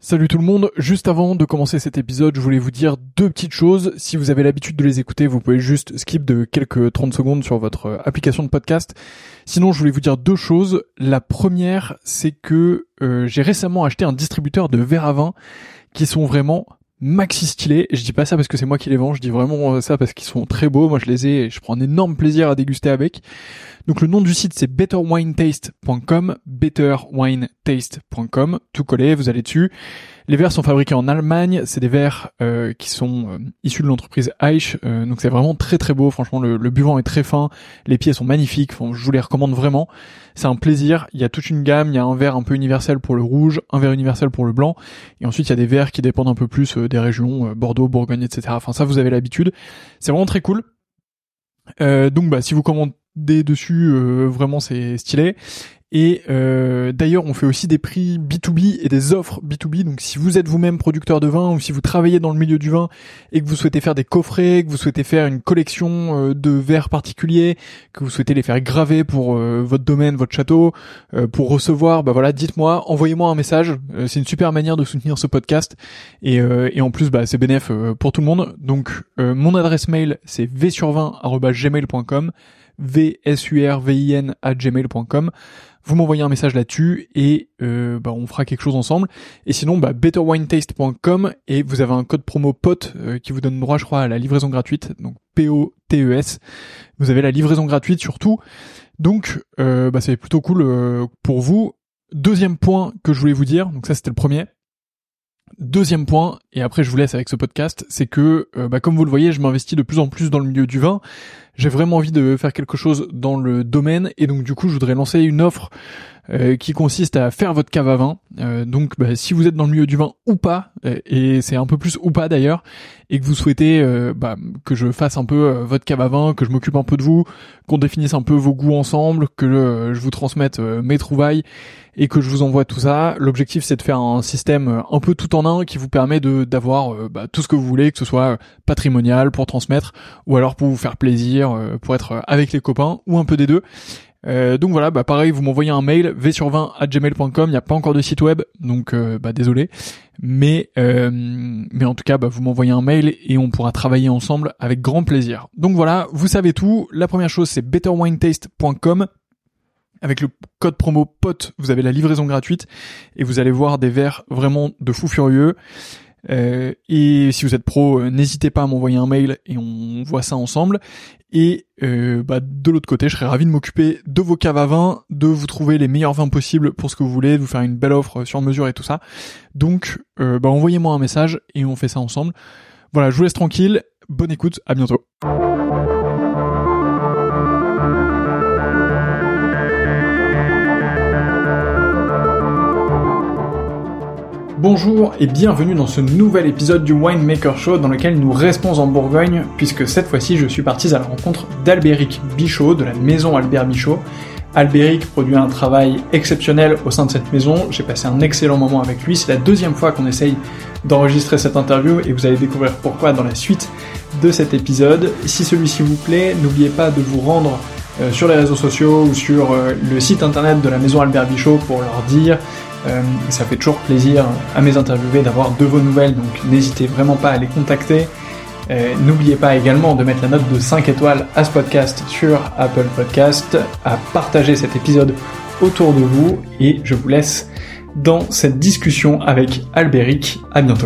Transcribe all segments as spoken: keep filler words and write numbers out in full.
Salut tout le monde, juste avant de commencer cet épisode, je voulais vous dire deux petites choses. Si vous avez l'habitude de les écouter, vous pouvez juste skip de quelques trente secondes sur votre application de podcast. Sinon, je voulais vous dire deux choses. La première, c'est que euh, j'ai récemment acheté un distributeur de verres à vin qui sont vraiment maxi stylés. Et je dis pas ça parce que c'est moi qui les vends, je dis vraiment ça parce qu'ils sont très beaux. Moi, je les ai et je prends un énorme plaisir à déguster avec. Donc le nom du site c'est better wine taste point com, better wine taste point com, tout collé, vous allez dessus. Les verres sont fabriqués en Allemagne, c'est des verres euh, qui sont euh, issus de l'entreprise Eich, euh, donc c'est vraiment très très beau, franchement le, le buvant est très fin, les pieds sont magnifiques, enfin, je vous les recommande vraiment, c'est un plaisir, il y a toute une gamme, il y a un verre un peu universel pour le rouge, un verre universel pour le blanc, et ensuite il y a des verres qui dépendent un peu plus euh, des régions, euh, Bordeaux, Bourgogne, et cetera. Enfin ça vous avez l'habitude, c'est vraiment très cool. Euh, donc bah si vous commandez dessus, euh, vraiment c'est stylé. Et euh, d'ailleurs, on fait aussi des prix B deux B et des offres B deux B. Donc, si vous êtes vous-même producteur de vin ou si vous travaillez dans le milieu du vin et que vous souhaitez faire des coffrets, que vous souhaitez faire une collection euh, de verres particuliers, que vous souhaitez les faire graver pour euh, votre domaine, votre château, euh, pour recevoir, bah voilà, dites-moi, envoyez-moi un message. Euh, c'est une super manière de soutenir ce podcast et, euh, et en plus, bah c'est bénéf euh, pour tout le monde. Donc, euh, mon adresse mail c'est v sur vingt arobase gmail point com, v s u r v i n arobase gmail point com. Vous m'envoyez un message là-dessus et euh, bah on fera quelque chose ensemble. Et sinon, bah better wine taste point com et vous avez un code promo P O T euh, qui vous donne droit, je crois, à la livraison gratuite. Donc P O T E S. Vous avez la livraison gratuite surtout. Donc euh, bah c'est plutôt cool euh, pour vous. Deuxième point que je voulais vous dire. Donc ça c'était le premier. Deuxième point, et après je vous laisse avec ce podcast, c'est que euh, bah, comme vous le voyez, je m'investis de plus en plus dans le milieu du vin. J'ai vraiment envie de faire quelque chose dans le domaine et donc du coup je voudrais lancer une offre euh, qui consiste à faire votre cave à vin. Euh, donc bah, si vous êtes dans le milieu du vin ou pas, euh, et c'est un peu plus ou pas d'ailleurs, et que vous souhaitez euh, bah, que je fasse un peu euh, votre cave à vin, que je m'occupe un peu de vous, qu'on définisse un peu vos goûts ensemble, que euh, je vous transmette euh, mes trouvailles et que je vous envoie tout ça. L'objectif c'est de faire un système un peu tout en un qui vous permet de d'avoir euh, bah, tout ce que vous voulez, que ce soit patrimonial pour transmettre ou alors pour vous faire plaisir, euh, pour être avec les copains ou un peu des deux. Euh, donc voilà, bah pareil, vous m'envoyez un mail v sur vingt arobase gmail point com, il n'y a pas encore de site web, donc euh, bah désolé, mais euh, mais en tout cas bah vous m'envoyez un mail et on pourra travailler ensemble avec grand plaisir. Donc voilà, vous savez tout. La première chose c'est better wine taste point com. Avec le code promo P O T, vous avez la livraison gratuite et vous allez voir des verres vraiment de fou furieux. Euh, et si vous êtes pro, euh, n'hésitez pas à m'envoyer un mail et on voit ça ensemble. Et euh, bah, de l'autre côté, je serais ravi de m'occuper de vos caves à vin, de vous trouver les meilleurs vins possibles pour ce que vous voulez, de vous faire une belle offre sur mesure et tout ça. Donc, euh, bah, envoyez-moi un message et on fait ça ensemble. Voilà, je vous laisse tranquille. Bonne écoute, à bientôt. Bonjour et bienvenue dans ce nouvel épisode du Winemaker Show dans lequel nous restons en Bourgogne puisque cette fois-ci je suis parti à la rencontre d'Albéric Bichot de la maison Albert Bichot. Albéric produit un travail exceptionnel au sein de cette maison, j'ai passé un excellent moment avec lui, c'est la deuxième fois qu'on essaye d'enregistrer cette interview et vous allez découvrir pourquoi dans la suite de cet épisode. Si celui-ci vous plaît, n'oubliez pas de vous rendre euh, sur les réseaux sociaux ou sur euh, le site internet de la maison Albert Bichot pour leur dire. Euh, ça fait toujours plaisir à mes interviewés d'avoir de vos nouvelles, donc n'hésitez vraiment pas à les contacter. Euh, n'oubliez pas également de mettre la note de cinq étoiles à ce podcast sur Apple Podcast, à partager cet épisode autour de vous, et je vous laisse dans cette discussion avec Albéric. À bientôt.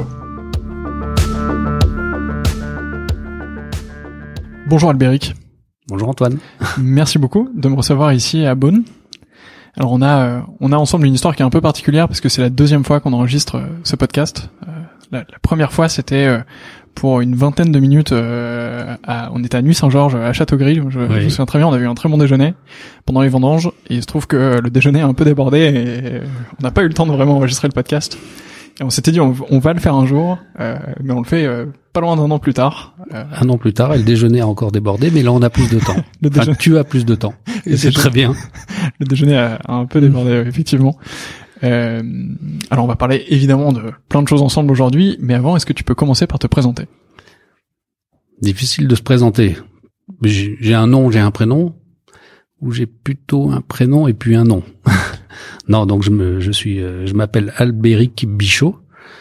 Bonjour Albéric. Bonjour Antoine. Merci beaucoup de me recevoir ici à Beaune. Alors on a euh, on a ensemble une histoire qui est un peu particulière parce que c'est la deuxième fois qu'on enregistre euh, ce podcast. Euh, la, la première fois c'était euh, pour une vingtaine de minutes. Euh, à, on était à Nuit-Saint-Georges à Château-Gris. Je, oui. je me souviens très bien. On a eu un très bon déjeuner pendant les vendanges et il se trouve que le déjeuner a un peu débordé et on n'a pas eu le temps de vraiment enregistrer le podcast. Et on s'était dit on, on va le faire un jour, euh, mais on le fait euh, pas loin d'un an plus tard. Euh... Un an plus tard, et le déjeuner a encore débordé, mais là on a plus de temps. le déjeuner... enfin, tu as plus de temps, et c'est très bien. Le déjeuner a un peu débordé, mmh. effectivement. Euh, alors on va parler évidemment de plein de choses ensemble aujourd'hui, mais avant, est-ce que tu peux commencer par te présenter ? Difficile de se présenter. J'ai, j'ai un nom, j'ai un prénom, ou j'ai plutôt un prénom et puis un nom. Non, donc je me, je suis, euh, je m'appelle Albéric Bichot.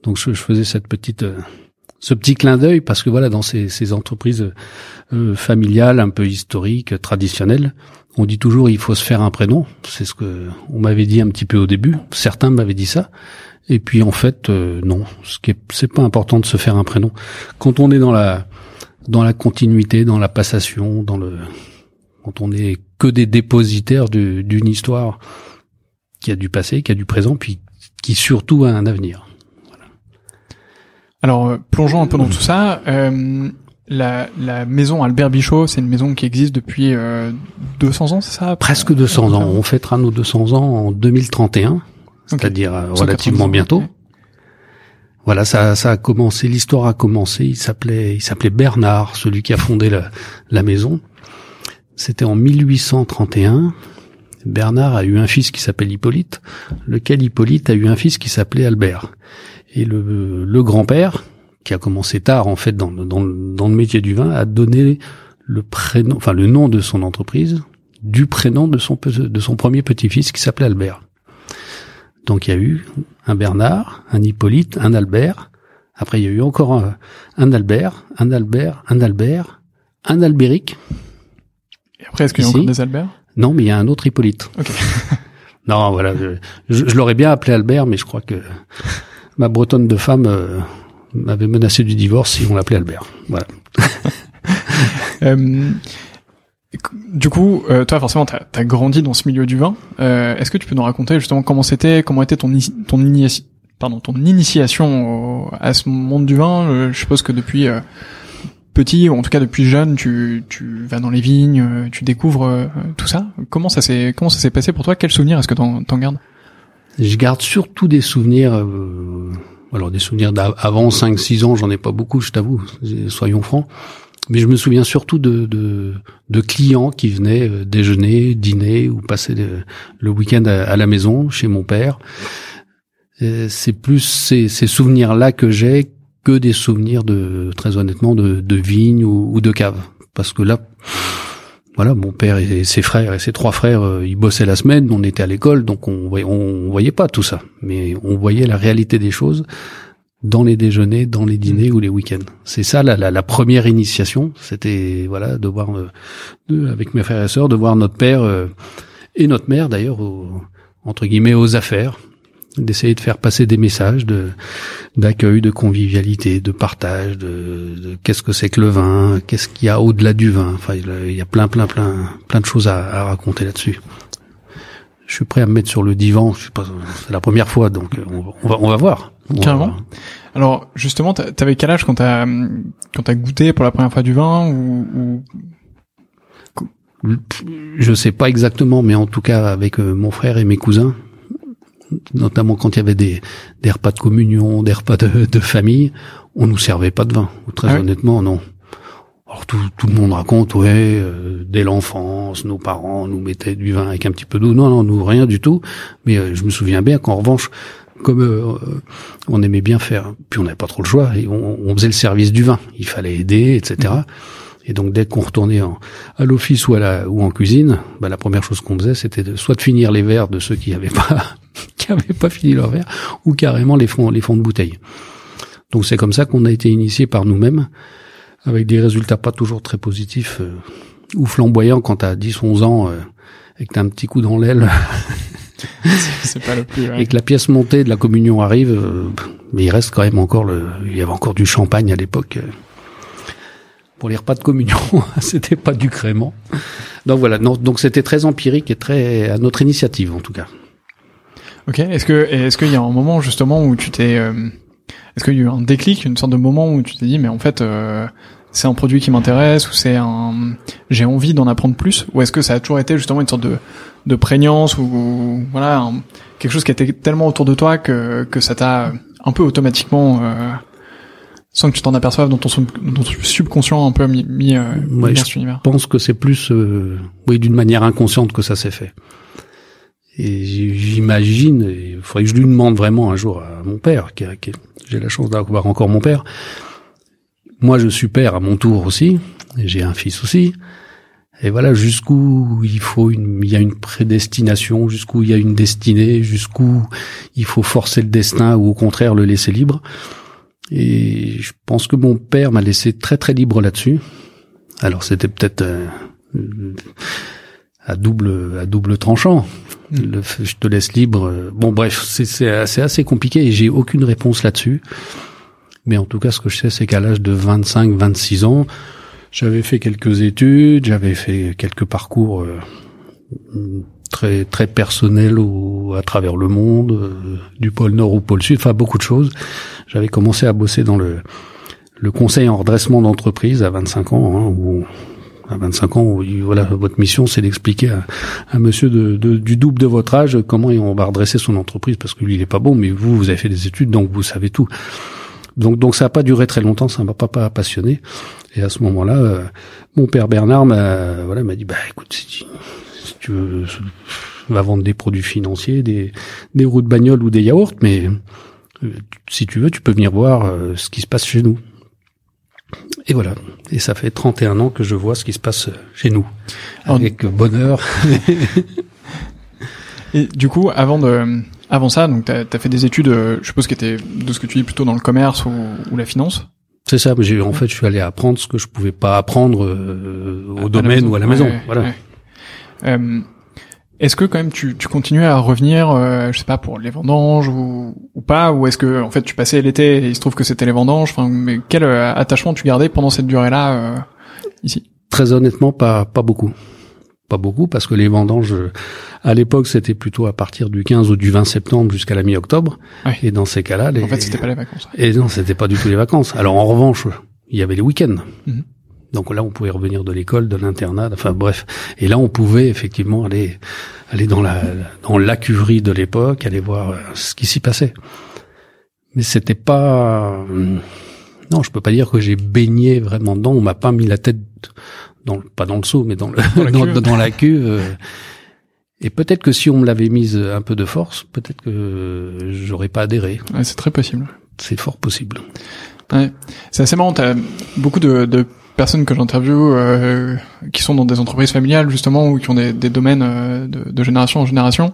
Donc je, je faisais cette petite, euh, ce petit clin d'œil parce que voilà, dans ces, ces entreprises euh, familiales, un peu historiques, traditionnelles, on dit toujours il faut se faire un prénom. C'est ce que on m'avait dit un petit peu au début. Certains m'avaient dit ça. Et puis en fait, euh, non. Ce qui est, c'est pas important de se faire un prénom. Quand on est dans la, dans la continuité, dans la passation, dans le, quand on est que des dépositaires de, d'une histoire qui a du passé, qui a du présent, puis qui surtout a un avenir. Voilà. Alors, euh, plongeons un peu dans tout ça. Euh, la, la maison Albert Bichot, c'est une maison qui existe depuis euh, deux cents ans, c'est ça? Presque deux cents ans. On fêtera nos deux cents ans en deux mille trente et un, c'est-à-dire okay. relativement bientôt. Okay. Voilà, ça, ça a commencé, l'histoire a commencé. Il s'appelait, il s'appelait Bernard, celui qui a fondé la, la maison. C'était en mille huit cent trente et un. Bernard a eu un fils qui s'appelle Hippolyte, lequel Hippolyte a eu un fils qui s'appelait Albert. Et le, le grand-père, qui a commencé tard en fait dans, dans, dans le métier du vin, a donné le prénom, enfin le nom de son entreprise, du prénom de son de son premier petit-fils qui s'appelait Albert. Donc il y a eu un Bernard, un Hippolyte, un Albert. Après il y a eu encore un, un Albert, un Albert, un Albert, un Albéric. Et après est-ce qu'il y a encore des Alberts? Non, mais il y a un autre Hippolyte. Okay. Non, voilà, je, je, je l'aurais bien appelé Albert, mais je crois que ma bretonne de femme euh, m'avait menacé du divorce si on l'appelait Albert. Voilà. euh, du coup, euh, toi, forcément, t'as, t'as grandi dans ce milieu du vin. Euh, est-ce que tu peux nous raconter justement comment c'était, comment était ton ton initiation, pardon, ton initiation au, à ce monde du vin? euh, Je suppose que depuis euh, petit, ou en tout cas depuis jeune, tu tu vas dans les vignes, tu découvres euh, tout ça. Comment ça s'est comment ça s'est passé pour toi? Quels souvenirs est-ce que t'en, t'en gardes? Je garde surtout des souvenirs. Euh, alors des souvenirs d'avant cinq six ans, j'en ai pas beaucoup, je t'avoue. Soyons francs. Mais je me souviens surtout de de, de clients qui venaient euh, déjeuner, dîner ou passer le, le week-end à, à la maison chez mon père. Et c'est plus ces, ces souvenirs-là que j'ai que des souvenirs de, très honnêtement, de, de vignes ou, ou de caves. Parce que là, voilà, mon père et ses frères et ses trois frères, euh, ils bossaient la semaine, on était à l'école, donc on voyait, on voyait pas tout ça. Mais on voyait la réalité des choses dans les déjeuners, dans les dîners ou les week-ends. C'est ça la, la, la première initiation. C'était, voilà, de voir, euh, de, avec mes frères et sœurs, de voir notre père euh, et notre mère d'ailleurs, au, entre guillemets, aux affaires, d'essayer de faire passer des messages de d'accueil, de convivialité, de partage, de, de qu'est-ce que c'est que le vin, qu'est-ce qu'il y a au-delà du vin. Enfin, il y a plein, plein, plein, plein de choses à, à raconter là-dessus. Je suis prêt à me mettre sur le divan. Je sais pas, c'est la première fois, donc on, on va, on va voir. On Carrément. Va voir. Alors, justement, t'avais quel âge quand t'as quand t'as goûté pour la première fois du vin ou, ou... Je sais pas exactement, mais en tout cas avec euh, mon frère et mes cousins, notamment quand il y avait des, des repas de communion, des repas de, de famille, on nous servait pas de vin. Très ah honnêtement, oui. Non. Alors tout, tout le monde raconte, ouais, euh, dès l'enfance, nos parents nous mettaient du vin avec un petit peu d'eau. Non, non, nous rien du tout. Mais euh, je me souviens bien qu'en revanche, comme euh, on aimait bien faire, puis on n'avait pas trop le choix, et on, on faisait le service du vin. Il fallait aider, et cetera. Mmh. Et donc dès qu'on retournait en, à l'office ou à la ou en cuisine, bah la première chose qu'on faisait, c'était de, soit de finir les verres de ceux qui avaient pas qui avaient pas fini leur verre, ou carrément les fonds les fonds de bouteille. Donc c'est comme ça qu'on a été initié par nous-mêmes, avec des résultats pas toujours très positifs euh, ou flamboyants quand t'as dix onze ans euh, et que t'as un petit coup dans l'aile. C'est pas le plus. Ouais. Et que la pièce montée de la communion arrive, euh, mais il reste quand même encore le, il y avait encore du champagne à l'époque. Euh, Pour les repas de communion, c'était pas du crément. Donc voilà, non, donc c'était très empirique et très à notre initiative en tout cas. Ok, est-ce que est-ce qu'il y a un moment justement où tu t'es, euh, est-ce qu'il y a eu un déclic, une sorte de moment où tu t'es dit mais en fait euh, c'est un produit qui m'intéresse ou c'est un, j'ai envie d'en apprendre plus, ou est-ce que ça a toujours été justement une sorte de de prégnance ou, ou voilà un, quelque chose qui était tellement autour de toi que que ça t'a un peu automatiquement euh, sans que tu t'en aperçoives dans ton, sub, dans ton subconscient un peu mis, mis, euh, ouais, mis dans cet univers. Je pense que c'est plus, euh, oui, d'une manière inconsciente que ça s'est fait. Et j'imagine, il faudrait que je lui demande vraiment un jour à mon père, qui a, qui, j'ai la chance d'avoir encore mon père. Moi, je suis père à mon tour aussi, et j'ai un fils aussi. Et voilà, jusqu'où il faut une, il y a une prédestination, jusqu'où il y a une destinée, jusqu'où il faut forcer le destin ou au contraire le laisser libre. Et je pense que mon père m'a laissé très très libre là-dessus. Alors c'était peut-être euh, à double à double tranchant. Le, je te laisse libre. Bon bref, c'est c'est, c'est assez compliqué et j'ai aucune réponse là-dessus. Mais en tout cas, ce que je sais, c'est qu'à l'âge de vingt-cinq vingt-six ans, j'avais fait quelques études, j'avais fait quelques parcours euh, très très personnels au, à travers le monde, euh, du pôle Nord au pôle Sud, enfin beaucoup de choses. J'avais commencé à bosser dans le le conseil en redressement d'entreprise à vingt-cinq ans, hein, où à vingt-cinq ans, où, voilà, votre mission, c'est d'expliquer à un monsieur de, de, du double de votre âge comment on va redresser son entreprise, parce que lui, il est pas bon, mais vous, vous avez fait des études, donc vous savez tout. Donc, donc ça n'a pas duré très longtemps, ça m'a pas, pas passionné. Et à ce moment-là, euh, mon père Bernard m'a, voilà, m'a dit, bah, écoute, si tu, si tu veux, va vendre des produits financiers, des, des roues de bagnole ou des yaourts, mais euh, si tu veux, tu peux venir voir euh, ce qui se passe chez nous. Et voilà. Et ça fait trente et un ans que je vois ce qui se passe chez nous. Avec Alors, bonheur. Et du coup, avant de, avant ça, donc t'as, t'as fait des études, euh, je suppose, qui étaient, de ce que tu dis, plutôt dans le commerce ou, ou la finance? C'est ça. J'ai, en fait, je suis allé apprendre ce que je pouvais pas apprendre euh, au à domaine ou à la maison. Ouais, voilà. Ouais. Euh, est-ce que quand même tu, tu continuais à revenir, euh, je sais pas, pour les vendanges ou, ou pas, ou est-ce que en fait tu passais l'été et il se trouve que c'était les vendanges, enfin, mais quel euh, attachement tu gardais pendant cette durée-là euh, ici? Très honnêtement, pas pas beaucoup, pas beaucoup, parce que les vendanges à l'époque c'était plutôt à partir du quinze ou du vingt septembre jusqu'à la mi-octobre, ouais. Et dans ces cas-là, les... en fait c'était pas les vacances. Et non, c'était pas du tout les vacances. Alors en revanche, il y avait les week-ends. Mm-hmm. Donc là, on pouvait revenir de l'école, de l'internat, enfin bref. Et là, on pouvait effectivement aller aller dans la dans la cuverie de l'époque, aller voir ce qui s'y passait. Mais c'était pas non, je peux pas dire que j'ai baigné vraiment dedans. On m'a pas mis la tête dans pas dans le seau, mais dans le dans la cuve. dans, dans la cuve. Et peut-être que si on me l'avait mise un peu de force, peut-être que j'aurais pas adhéré. Ouais, c'est très possible. C'est fort possible. Ouais, c'est assez marrant. T'as beaucoup de, de personnes que j'interviewe euh, qui sont dans des entreprises familiales justement ou qui ont des, des domaines euh, de, de génération en génération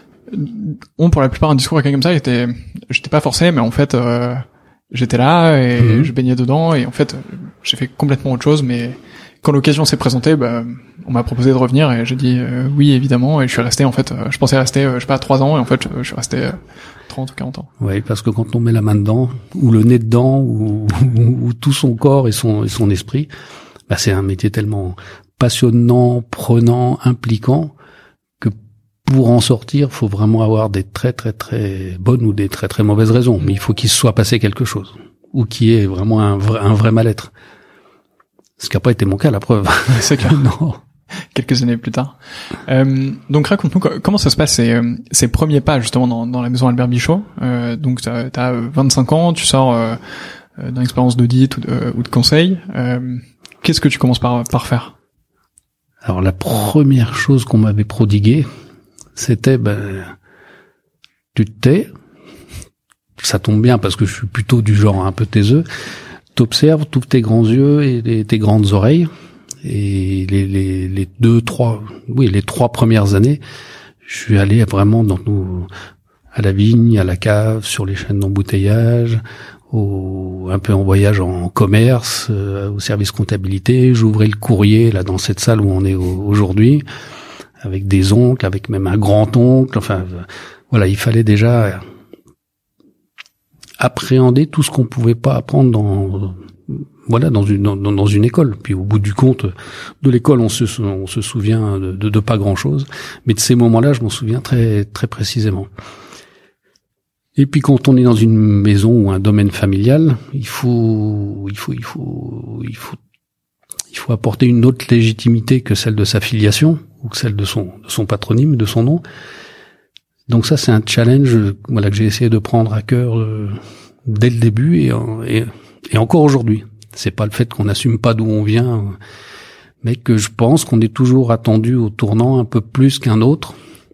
ont pour la plupart un discours comme ça. J'étais, j'étais pas forcé, mais en fait euh, j'étais là et mmh. je baignais dedans et en fait j'ai fait complètement autre chose. Mais quand l'occasion s'est présentée, bah, on m'a proposé de revenir et j'ai dit euh, oui évidemment et je suis resté en fait. Euh, je pensais rester euh, je sais pas trois ans et en fait je, je suis resté euh, trente ou quarante ans. Oui, parce que quand on met la main dedans, ou le nez dedans, ou, ou, ou tout son corps et son, et son esprit, bah c'est un métier tellement passionnant, prenant, impliquant, que pour en sortir, faut vraiment avoir des très très très bonnes ou des très très mauvaises raisons. Mais il faut qu'il se soit passé quelque chose, ou qu'il y ait vraiment un vrai, un vrai mal-être. Ce qui n'a pas été mon cas, la preuve. C'est clair. Non. Quelques années plus tard. Euh, donc raconte-nous comment ça se passe ces, ces premiers pas justement dans, dans la maison Albert Bichot. Euh, donc t'as, t'as vingt-cinq ans, tu sors euh, d'une expérience d'audit ou de, ou de conseil. Euh, qu'est-ce que tu commences par, par faire? Alors la première chose qu'on m'avait prodiguée, c'était ben, tu te tais. Ça tombe bien parce que je suis plutôt du genre un peu taiseux. T'observes, t'ouvres tes grands yeux et les, tes grandes oreilles. Et les, les, les deux, trois, oui, les trois premières années, je suis allé vraiment dans nous, à la vigne, à la cave, sur les chaînes d'embouteillage, au, un peu en voyage en commerce, euh, au service comptabilité. J'ouvrais le courrier, là, dans cette salle où on est au, aujourd'hui, avec des oncles, avec même un grand-oncle. Enfin, euh, voilà, il fallait déjà appréhender tout ce qu'on pouvait pas apprendre dans, voilà, dans une, dans, dans une école. Puis au bout du compte, de l'école, on se, on se souvient de, de, de pas grand chose. Mais de ces moments-là, je m'en souviens très, très précisément. Et puis quand on est dans une maison ou un domaine familial, il faut, il faut, il faut, il faut, il faut apporter une autre légitimité que celle de sa filiation ou que celle de son, de son patronyme, de son nom. Donc ça, c'est un challenge, voilà, que j'ai essayé de prendre à cœur euh, dès le début et, et, et encore aujourd'hui. C'est pas le fait qu'on n'assume pas d'où on vient, mais que je pense qu'on est toujours attendu au tournant un peu plus qu'un autre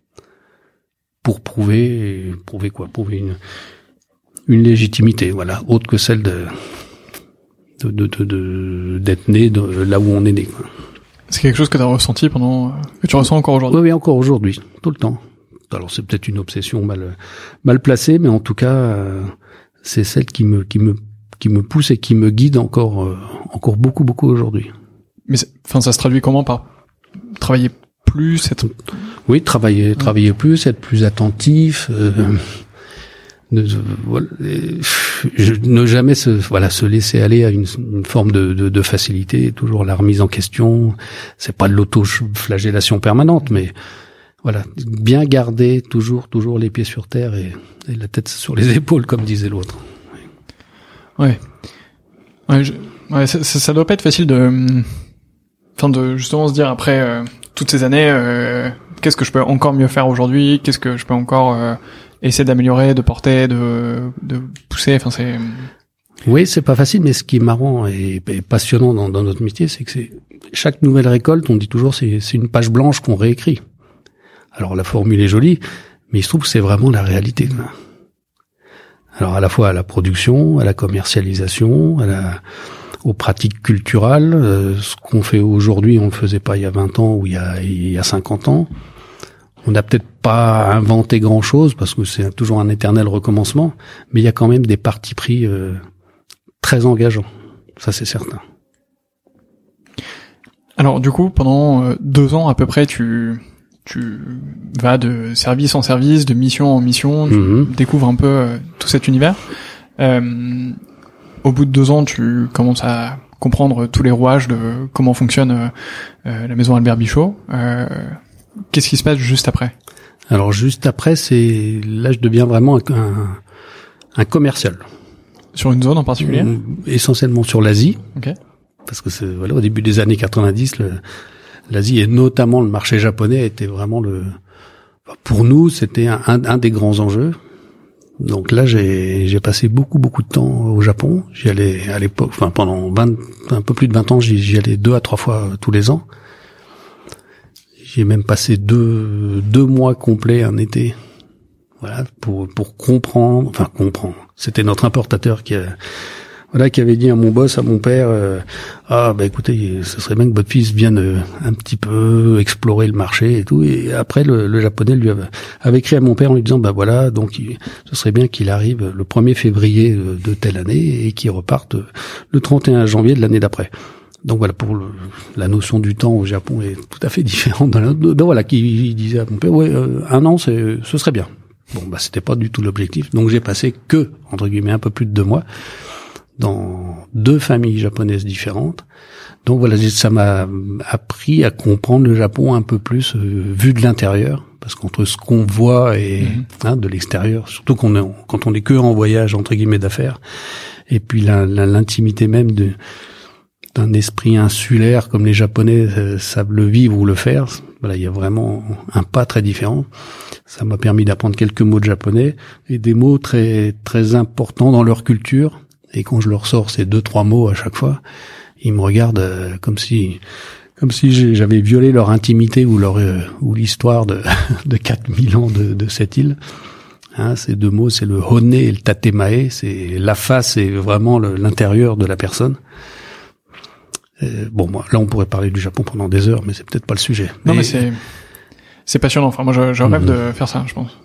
pour prouver, prouver quoi, prouver une, une légitimité, voilà, autre que celle de, de, de, de, de d'être né de là où on est né, quoi. C'est quelque chose que tu as ressenti pendant, que tu ressens encore aujourd'hui? Oui, oui, encore aujourd'hui, tout le temps. Alors c'est peut-être une obsession mal mal placée, mais en tout cas, euh, c'est celle qui me qui me qui me pousse et qui me guide encore euh, encore beaucoup beaucoup aujourd'hui. Mais enfin, ça se traduit comment? Par travailler plus, être... Oui, travailler ouais. travailler plus, être plus attentif. Euh, ne, voilà, je, ne jamais se voilà se laisser aller à une, une forme de, de, de facilité, toujours la remise en question. C'est pas de l'auto-flagellation permanente, mais voilà, bien garder toujours toujours les pieds sur terre et, et la tête sur les épaules, comme disait l'autre. Ouais, ouais, je, ouais ça, ça, ça doit pas être facile de, enfin de justement se dire après euh, toutes ces années, euh, qu'est-ce que je peux encore mieux faire aujourd'hui, qu'est-ce que je peux encore euh, essayer d'améliorer, de porter, de, de pousser. Enfin, c'est. Oui, c'est pas facile, mais ce qui est marrant et, et passionnant dans, dans notre métier, c'est que c'est chaque nouvelle récolte, on dit toujours, c'est, c'est une page blanche qu'on réécrit. Alors la formule est jolie, mais il se trouve que c'est vraiment la réalité. Alors à la fois à la production, à la commercialisation, à la, aux pratiques culturelles. Euh, ce qu'on fait aujourd'hui, on le faisait pas il y a vingt ans ou il y a, il y a cinquante ans. On n'a peut-être pas inventé grand-chose parce que c'est toujours un éternel recommencement, mais il y a quand même des partis pris euh, très engageants. Ça, c'est certain. Alors, du coup, pendant euh, deux ans à peu près, tu tu vas de service en service, de mission en mission, tu mm-hmm. découvres un peu euh, tout cet univers. Euh, au bout de deux ans, tu commences à comprendre tous les rouages de comment fonctionne euh, euh, la maison Albert Bichot. Euh, Qu'est-ce qui se passe juste après? Alors juste après, c'est là je deviens vraiment un, un, un commercial. Sur une zone en particulier? Essentiellement sur l'Asie. Okay. Parce que c'est, voilà, au début des années quatre-vingt-dix, le, l'Asie et notamment le marché japonais était vraiment le, pour nous, c'était un, un, un des grands enjeux. Donc là, j'ai, j'ai passé beaucoup, beaucoup de temps au Japon. J'y allais à l'époque, enfin pendant vingt, un peu plus de vingt ans, j'y, j'y allais deux à trois fois tous les ans. J'ai même passé deux deux mois complets un été, voilà, pour pour comprendre, enfin comprendre. C'était notre importateur qui a, voilà, qui avait dit à mon boss, à mon père, euh, ah bah écoutez, ce serait bien que votre fils vienne euh, un petit peu explorer le marché et tout. Et après, le, le japonais lui avait, avait écrit à mon père en lui disant, bah voilà, donc il, ce serait bien qu'il arrive le premier février de, de telle année et qu'il reparte le trente et un janvier de l'année d'après. Donc voilà, pour le, la notion du temps au Japon est tout à fait différente. Donc voilà, qui disait à mon père, ouais, euh, un an, c'est, ce serait bien. Bon, bah c'était pas du tout l'objectif. Donc j'ai passé que, entre guillemets, un peu plus de deux mois dans deux familles japonaises différentes. Donc voilà, ça m'a appris à comprendre le Japon un peu plus euh, vu de l'intérieur, parce qu'entre ce qu'on voit et mmh. hein, de l'extérieur, surtout qu'on est, quand on est que en voyage entre guillemets d'affaires, et puis la, la, l'intimité même de d'un esprit insulaire comme les Japonais euh, savent le vivre ou le faire. Voilà, il y a vraiment un pas très différent. Ça m'a permis d'apprendre quelques mots de japonais et des mots très très importants dans leur culture. Et quand je leur sors ces deux trois mots à chaque fois, ils me regardent euh, comme si comme si j'avais violé leur intimité ou leur euh, ou l'histoire de de quatre mille ans de, de cette île. Hein, ces deux mots, c'est le hone et le tatemae. C'est la face et vraiment le, l'intérieur de la personne. Euh, bon, moi, là, on pourrait parler du Japon pendant des heures, mais c'est peut-être pas le sujet. Non, mais, mais c'est c'est passionnant. Enfin, moi, je, je rêve mm-hmm. de faire ça, je pense.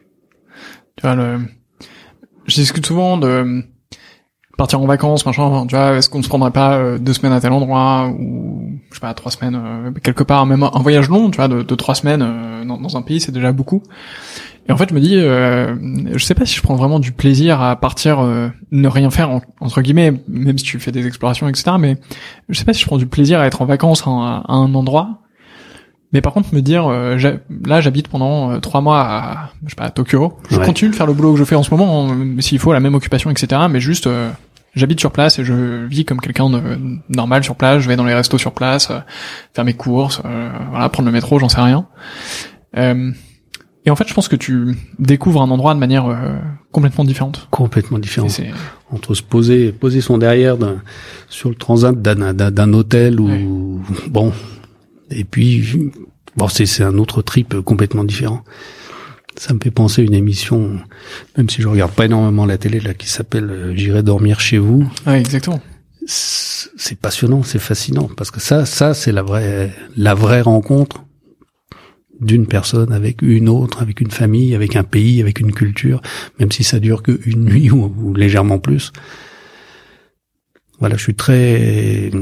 Tu vois, le, je discute souvent de partir en vacances, machin. Tu vois, est-ce qu'on se prendrait pas euh, deux semaines à tel endroit ou je sais pas, trois semaines euh, quelque part, même un voyage long, tu vois, de, de trois semaines euh, dans, dans un pays, c'est déjà beaucoup. Et en fait, je me dis, euh, je sais pas si je prends vraiment du plaisir à partir, euh, ne rien faire en, entre guillemets, même si tu fais des explorations, et cetera. Mais je sais pas si je prends du plaisir à être en vacances à, à un endroit. Mais par contre, me dire, euh, là, j'habite pendant euh, trois mois à, je sais pas, à Tokyo. Je ouais. continue de faire le boulot que je fais en ce moment, euh, s'il faut, la même occupation, et cetera. Mais juste, euh, j'habite sur place et je vis comme quelqu'un de normal sur place. Je vais dans les restos sur place, euh, faire mes courses, euh, voilà, prendre le métro, j'en sais rien. Euh, Et en fait, je pense que tu découvres un endroit de manière euh, complètement différente. Complètement différente. Entre se poser, poser son derrière d'un, sur le transat d'un, d'un, d'un hôtel ou ouais. bon, et puis bon, c'est, c'est un autre trip complètement différent. Ça me fait penser à une émission, même si je regarde pas énormément la télé, là, qui s'appelle euh, J'irai dormir chez vous. Ouais, exactement. c'est passionnant, c'est fascinant, parce que ça, ça, c'est la vraie, la vraie rencontre d'une personne avec une autre, avec une famille, avec un pays, avec une culture, même si ça dure que une nuit ou, ou légèrement plus. Voilà, je suis très,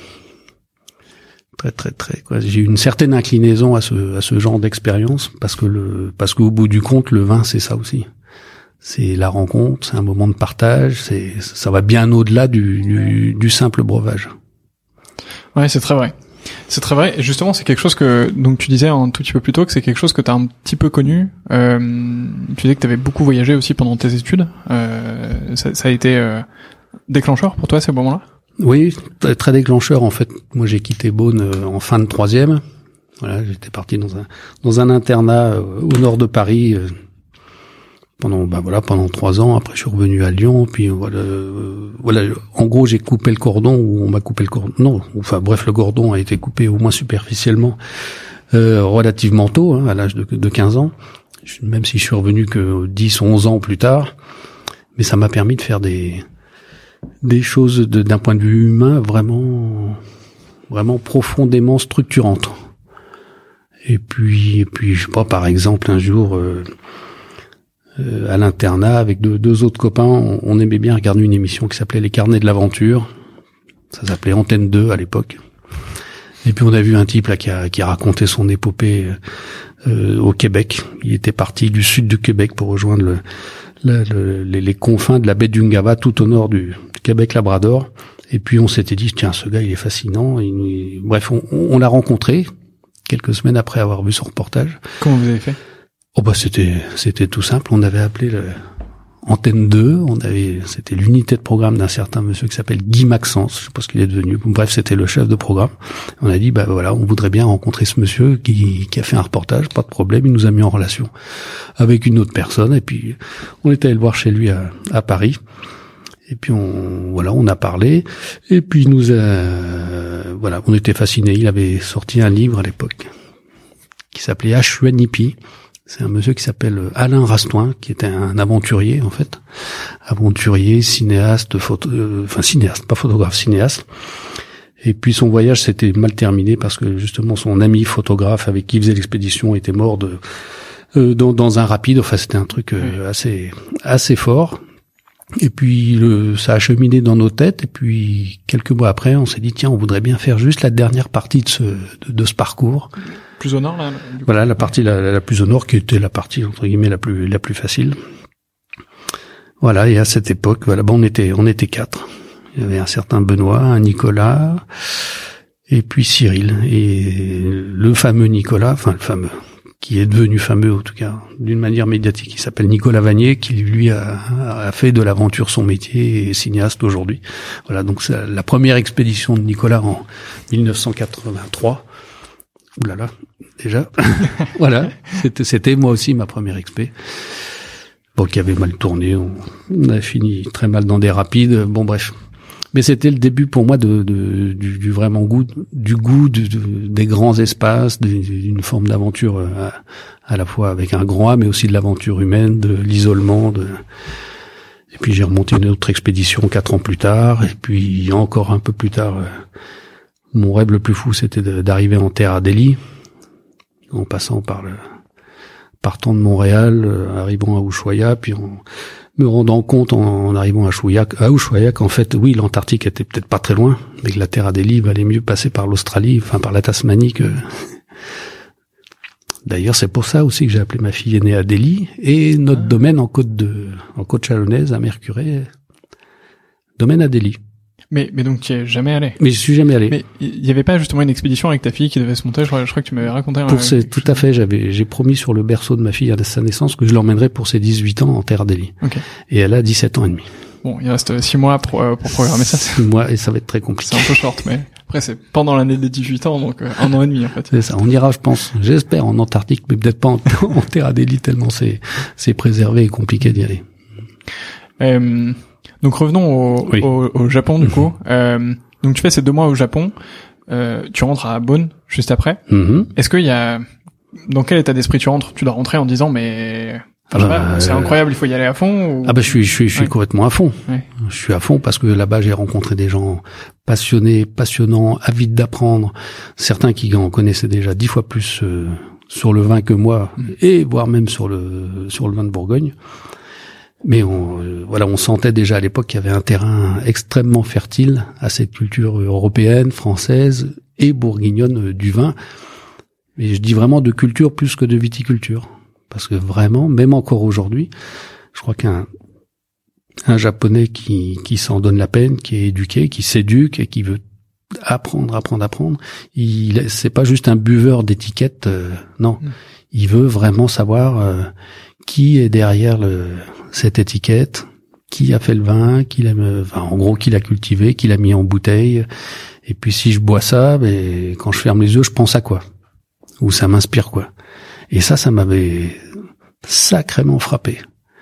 très, très, très, quoi. J'ai une certaine inclinaison à ce, à ce genre d'expérience, parce que le, parce qu'au bout du compte, le vin, c'est ça aussi. C'est la rencontre, c'est un moment de partage, c'est, ça va bien au-delà du, du, du simple breuvage. Ouais, c'est très vrai. C'est très vrai. Et justement, c'est quelque chose que, donc tu disais un tout petit peu plus tôt que c'est quelque chose que tu as un petit peu connu. Euh, tu disais que tu avais beaucoup voyagé aussi pendant tes études. Euh, ça, ça a été euh, déclencheur pour toi à ce moment-là? Oui, très, très déclencheur. En fait, moi j'ai quitté Beaune euh, en fin de troisième. Voilà, j'étais parti dans un dans un internat euh, au nord de Paris. Euh, pendant bah voilà pendant trois ans. Après je suis revenu à Lyon, puis voilà euh, voilà en gros j'ai coupé le cordon, ou on m'a coupé le cordon, non enfin bref le cordon a été coupé au moins superficiellement euh, relativement tôt, hein, à l'âge de, de quinze ans, même si je suis revenu que dix onze ans plus tard, mais ça m'a permis de faire des des choses de, d'un point de vue humain vraiment vraiment profondément structurantes. Et puis et puis je sais pas, par exemple un jour euh, à l'internat avec deux, deux autres copains, on, on aimait bien regarder une émission qui s'appelait Les Carnets de l'Aventure. Ça s'appelait Antenne deux à l'époque. Et puis on a vu un type là qui a, qui a raconté son épopée euh, au Québec. Il était parti du sud du Québec pour rejoindre le, le, le, les, les confins de la baie d'Ungava, tout au nord du, du Québec-Labrador. Et puis on s'était dit, tiens, ce gars il est fascinant. Il, il, bref, on, on l'a rencontré quelques semaines après avoir vu son reportage. Comment vous avez fait? Oh bah c'était c'était tout simple, on avait appelé le Antenne deux, on avait c'était l'unité de programme d'un certain monsieur qui s'appelle Guy Maxence, je sais pas ce qu'il est devenu. Bref, c'était le chef de programme. On a dit bah voilà, on voudrait bien rencontrer ce monsieur qui qui a fait un reportage, pas de problème, il nous a mis en relation avec une autre personne et puis on est allé le voir chez lui à à Paris. Et puis on voilà, on a parlé et puis il nous a voilà, on était fascinés, il avait sorti un livre à l'époque qui s'appelait Achuanipi. C'est un monsieur qui s'appelle Alain Rastoin, qui était un aventurier, en fait. Aventurier, cinéaste, photo, euh, enfin cinéaste, pas photographe, cinéaste. Et puis son voyage s'était mal terminé parce que justement son ami photographe avec qui il faisait l'expédition était mort de, euh, dans, dans un rapide. Enfin, c'était un truc euh, assez, assez fort. Et puis le, ça a cheminé dans nos têtes. Et puis quelques mois après, on s'est dit tiens, on voudrait bien faire juste la dernière partie de ce, de, de ce parcours. Plus au nord, là. Voilà, la partie la, la plus au nord, qui était la partie entre guillemets la plus la plus facile. Voilà, et à cette époque, voilà, bon, on était on était quatre. Il y avait un certain Benoît, un Nicolas, et puis Cyril, et le fameux Nicolas, enfin le fameux, qui est devenu fameux en tout cas d'une manière médiatique, qui s'appelle Nicolas Vanier, qui lui a, a fait de l'aventure son métier et est cinéaste aujourd'hui. Voilà, donc c'est la première expédition de Nicolas en dix-neuf cent quatre-vingt-trois. Ouh là là, déjà. Voilà, c'était c'était moi aussi ma première expé. Bon, qui avait mal tourné, on, on a fini très mal dans des rapides. Bon, bref. Mais c'était le début pour moi de, de du, du vraiment goût, du goût de, de, des grands espaces, d'une forme d'aventure à, à la fois avec un grand A, mais aussi de l'aventure humaine, de l'isolement. De... Et puis j'ai remonté une autre expédition quatre ans plus tard, et puis encore un peu plus tard. Mon rêve le plus fou, c'était de, d'arriver en terre à Delhi, en passant par le, partant de Montréal, euh, arrivant à Ushuaia, puis en me rendant compte en, en arrivant à Ushuaia, à Ushuaia qu'en fait, oui, l'Antarctique était peut-être pas très loin, mais que la terre à Delhi valait mieux passer par l'Australie, enfin par la Tasmanie que... D'ailleurs, c'est pour ça aussi que j'ai appelé ma fille aînée à Delhi, et notre ah. domaine en côte de, en côte chalonnaise, à Mercurey, domaine à Delhi. Mais, mais donc tu y es jamais allé. Mais je suis jamais allé. Mais il y avait pas justement une expédition avec ta fille qui devait se monter. Je crois, je crois que tu m'avais raconté. Pour ses, tout à fait. J'avais, j'ai promis sur le berceau de ma fille à sa naissance que je l'emmènerais pour ses dix-huit ans en terre Delhi. Okay. Et elle a dix-sept ans et demi. Bon, il reste six mois pour, euh, pour programmer ça. Six mois et ça va être très compliqué. C'est un peu short, mais après c'est pendant l'année des dix-huit ans, donc euh, un an et demi en fait. C'est ça. On ira, je pense. J'espère en Antarctique, mais peut-être pas en, en terre Delhi tellement c'est, c'est préservé et compliqué d'y aller. Euh, Donc revenons au, oui. au, au Japon du coup. Euh, donc tu fais ces deux mois au Japon, euh, tu rentres à Beaune juste après. Mm-hmm. Est-ce qu'il y a, dans quel état d'esprit tu rentres? Tu dois rentrer en disant mais Enfin, bah, c'est euh, incroyable, il faut y aller à fond. Ou... Ah bah je suis, je suis, je suis ouais. complètement à fond. Ouais. Je suis à fond parce que là-bas j'ai rencontré des gens passionnés, passionnants, avides d'apprendre. Certains qui en connaissaient déjà dix fois plus euh, sur le vin que moi, mmh. et voire même sur le sur le vin de Bourgogne. Mais on, euh, voilà, on sentait déjà à l'époque qu'il y avait un terrain extrêmement fertile à cette culture européenne, française et bourguignonne du vin. Mais je dis vraiment de culture plus que de viticulture. Parce que vraiment, même encore aujourd'hui, je crois qu'un un Japonais qui, qui s'en donne la peine, qui est éduqué, qui s'éduque et qui veut apprendre, apprendre, apprendre, il c'est pas juste un buveur d'étiquettes, euh, non. Mmh. Il veut vraiment savoir euh, qui est derrière le, cette étiquette, qui a fait le vin, qui l'a, enfin, en gros, qui l'a cultivé, qui l'a mis en bouteille. Et puis si je bois ça, ben, quand je ferme les yeux, je pense à quoi? Ou ça m'inspire quoi? Et ça, ça m'avait sacrément frappé.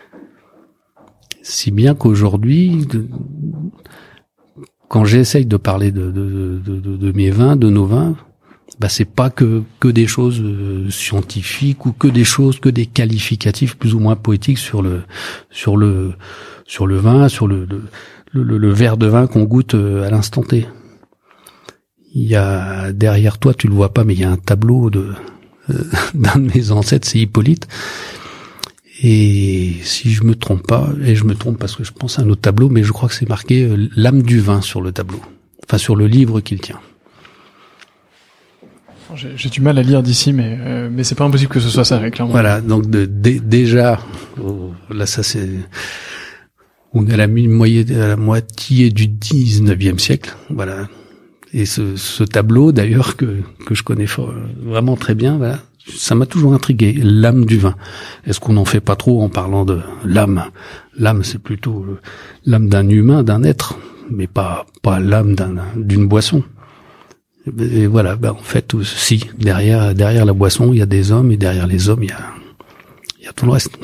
Si bien qu'aujourd'hui, de, quand j'essaye de parler de, de, de, de, de mes vins, de nos vins, bah c'est pas que que des choses scientifiques ou que des choses, que des qualificatifs plus ou moins poétiques sur le sur le sur le vin, sur le le, le, le verre de vin qu'on goûte à l'instant T. Il y a derrière toi, tu le vois pas, mais il y a un tableau de euh, d'un de mes ancêtres, c'est Hippolyte. Et si je me trompe pas, et je me trompe parce que je pense à un autre tableau, mais je crois que c'est marqué euh, l'âme du vin sur le tableau, enfin sur le livre qu'il tient. J'ai, j'ai du mal à lire d'ici, mais euh, mais c'est pas impossible que ce soit ça, clairement. Voilà, donc de, de, déjà, oh, là ça c'est, on est à la, moitié, à la moitié du dix-neuvième siècle, voilà. Et ce, ce tableau, d'ailleurs, que que je connais fort, vraiment très bien, voilà, ça m'a toujours intrigué. L'âme du vin. Est-ce qu'on n'en fait pas trop en parlant de l'âme? L'âme, c'est plutôt l'âme d'un humain, d'un être, mais pas pas l'âme d'un d'une boisson. Et voilà, ben en fait, si derrière derrière la boisson, il y a des hommes, et derrière les hommes, il y a il y a tout le reste.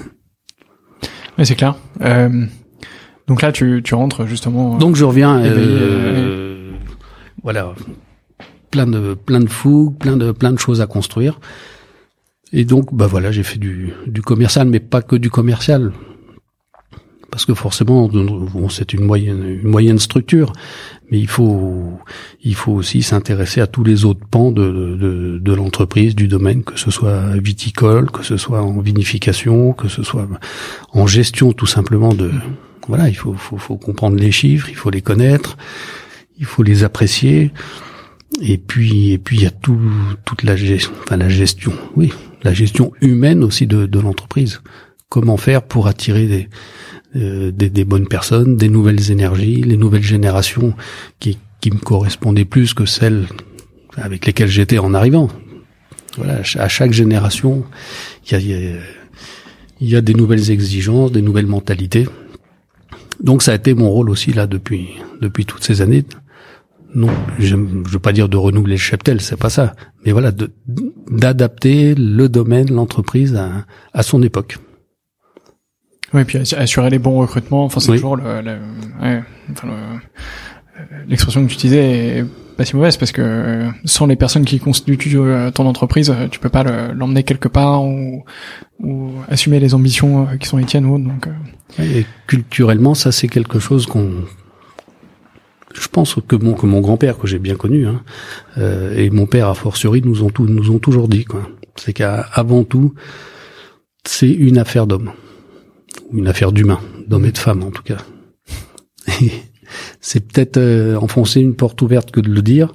Oui, c'est clair. Euh, donc là, tu tu rentres justement. Donc je reviens. Euh, euh, voilà, plein de plein de fougue, plein de plein de choses à construire. Et donc, bah voilà, j'ai fait du du commercial, mais pas que du commercial. Parce que forcément, bon, c'est une moyenne, une moyenne structure, mais il faut, il faut aussi s'intéresser à tous les autres pans de, de, de l'entreprise, du domaine, que ce soit viticole, que ce soit en vinification, que ce soit en gestion tout simplement de, voilà, il faut, faut, faut comprendre les chiffres, il faut les connaître, il faut les apprécier, et puis, et puis il y a tout, toute la gestion, enfin la gestion, oui, la gestion humaine aussi de, de l'entreprise. Comment faire pour attirer des Euh, des, des bonnes personnes, des nouvelles énergies, les nouvelles générations qui, qui me correspondaient plus que celles avec lesquelles j'étais en arrivant. Voilà, à chaque génération, il y a, il y a, il y a des nouvelles exigences, des nouvelles mentalités. Donc ça a été mon rôle aussi là depuis depuis toutes ces années. Non, je ne veux pas dire de renouveler le cheptel, c'est pas ça, mais voilà, de, d'adapter le domaine, l'entreprise à, à son époque. Oui, puis assurer les bons recrutements. Enfin, c'est oui. toujours le, le ouais, enfin le, l'expression que tu utilisais est pas si mauvaise parce que sans les personnes qui constituent ton entreprise, tu peux pas le, l'emmener quelque part ou, ou assumer les ambitions qui sont les tiennes ou autres. Donc, et culturellement, ça c'est quelque chose qu'on, je pense que mon que mon grand-père que j'ai bien connu, hein, euh, et mon père a fortiori nous ont tout, nous ont toujours dit quoi. C'est qu'avant tout, c'est une affaire d'homme. Une affaire d'humain, d'hommes et de femmes en tout cas. Et c'est peut-être euh, enfoncer une porte ouverte que de le dire,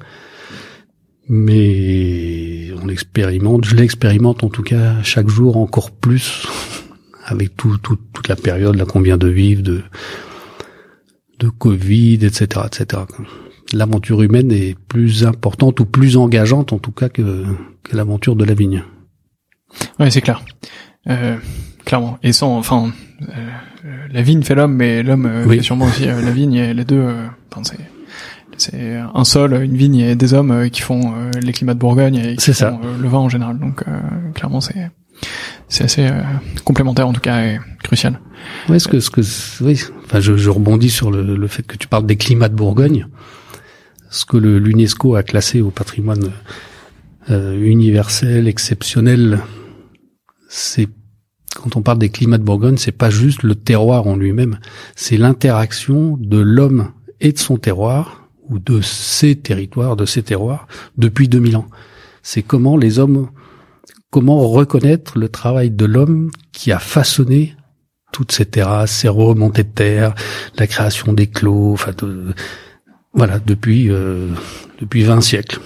mais on l'expérimente, je l'expérimente en tout cas chaque jour encore plus, avec tout, tout, toute la période, là qu'on vient de vivre, de, de Covid, et cetera, et cetera. L'aventure humaine est plus importante ou plus engageante en tout cas que, que l'aventure de la vigne. Ouais, c'est clair. Euh... Clairement. Et sans, enfin, euh, la vigne fait l'homme, mais l'homme euh, oui. fait sûrement aussi euh, la vigne. Et les deux, euh, enfin, c'est, c'est un sol, une vigne et des hommes euh, qui font euh, les climats de Bourgogne et qui c'est font euh, le vin en général. Donc, euh, clairement, c'est, c'est assez euh, complémentaire en tout cas et crucial. Oui, ce que, ce que, oui. Enfin, je, je rebondis sur le, le fait que tu parles des climats de Bourgogne. Ce que le, l'UNESCO a classé au patrimoine euh, universel, exceptionnel, c'est quand on parle des climats de Bourgogne, c'est pas juste le terroir en lui-même, c'est l'interaction de l'homme et de son terroir, ou de ses territoires, de ses terroirs, depuis deux mille ans. C'est comment les hommes, comment reconnaître le travail de l'homme qui a façonné toutes ces terrasses, ces remontées de terre, la création des clos, enfin, de, voilà, depuis euh, depuis vingt siècles.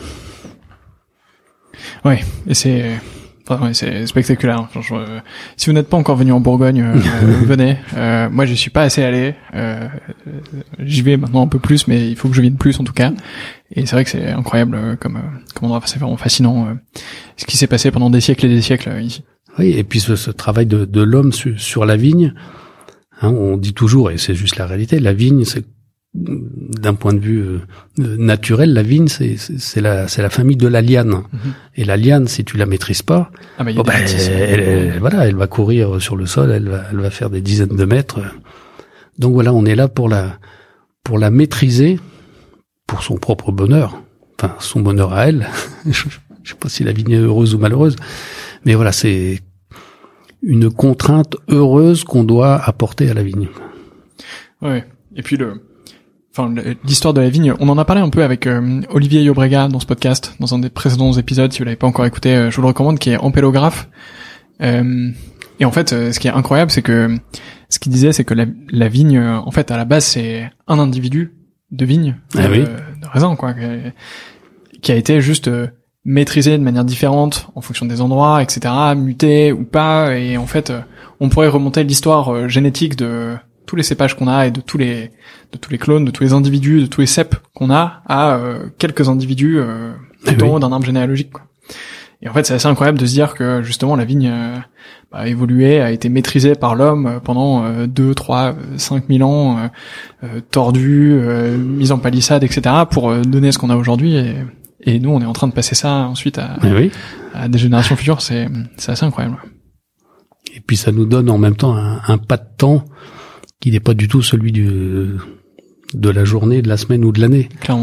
Ouais, et c'est, enfin, ouais, c'est spectaculaire. Enfin, je, euh, si vous n'êtes pas encore venu en Bourgogne, euh, venez. Euh, moi, je suis pas assez allé. Euh, j'y vais maintenant un peu plus, mais il faut que je vienne plus en tout cas. Et c'est vrai que c'est incroyable euh, comme euh, comme endroit. C'est vraiment fascinant euh, ce qui s'est passé pendant des siècles et des siècles euh, ici. Oui, et puis ce, ce travail de, de l'homme sur, sur la vigne, hein, on dit toujours, et c'est juste la réalité, la vigne, c'est d'un point de vue euh, naturel, la vigne, c'est, c'est, c'est la, c'est la famille de la liane. Mm-hmm. Et la liane, si tu la maîtrises pas, ah bah, oh bah, elle, elle, elle, voilà, elle va courir sur le sol, elle va, elle va faire des dizaines de mètres. Donc voilà, on est là pour la, pour la maîtriser, pour son propre bonheur, enfin son bonheur à elle. Je, je sais pas si la vigne est heureuse ou malheureuse, mais voilà, c'est une contrainte heureuse qu'on doit apporter à la vigne. Ouais. Et puis le, enfin l'histoire de la vigne, on en a parlé un peu avec euh, Olivier Yobrega dans ce podcast, dans un des précédents épisodes. Si vous l'avez pas encore écouté, euh, je vous le recommande, qui est ampélographe. Euh, et en fait, euh, ce qui est incroyable, c'est que ce qu'il disait, c'est que la, la vigne, euh, en fait, à la base, c'est un individu de vigne, ah de, oui. de raisin, quoi, qui a été juste euh, maîtrisé de manière différente en fonction des endroits, et cetera, muté ou pas. Et en fait, euh, on pourrait remonter l'histoire euh, génétique de tous les cépages qu'on a et de tous les de tous les clones, de tous les individus, de tous les cèpes qu'on a à euh, quelques individus euh, tout en haut d'un arbre généalogique, quoi. Et en fait, c'est assez incroyable de se dire que justement la vigne euh, a évolué, a été maîtrisée par l'homme pendant euh, deux, trois, cinq mille ans, euh, euh, tordue, euh, mise en palissade, et cetera, pour euh, donner ce qu'on a aujourd'hui. Et, et nous, on est en train de passer ça ensuite à, oui. à des générations futures. C'est c'est assez incroyable. Et puis ça nous donne en même temps un, un pas de temps qui n'est pas du tout celui du de la journée, de la semaine ou de l'année. Clairement.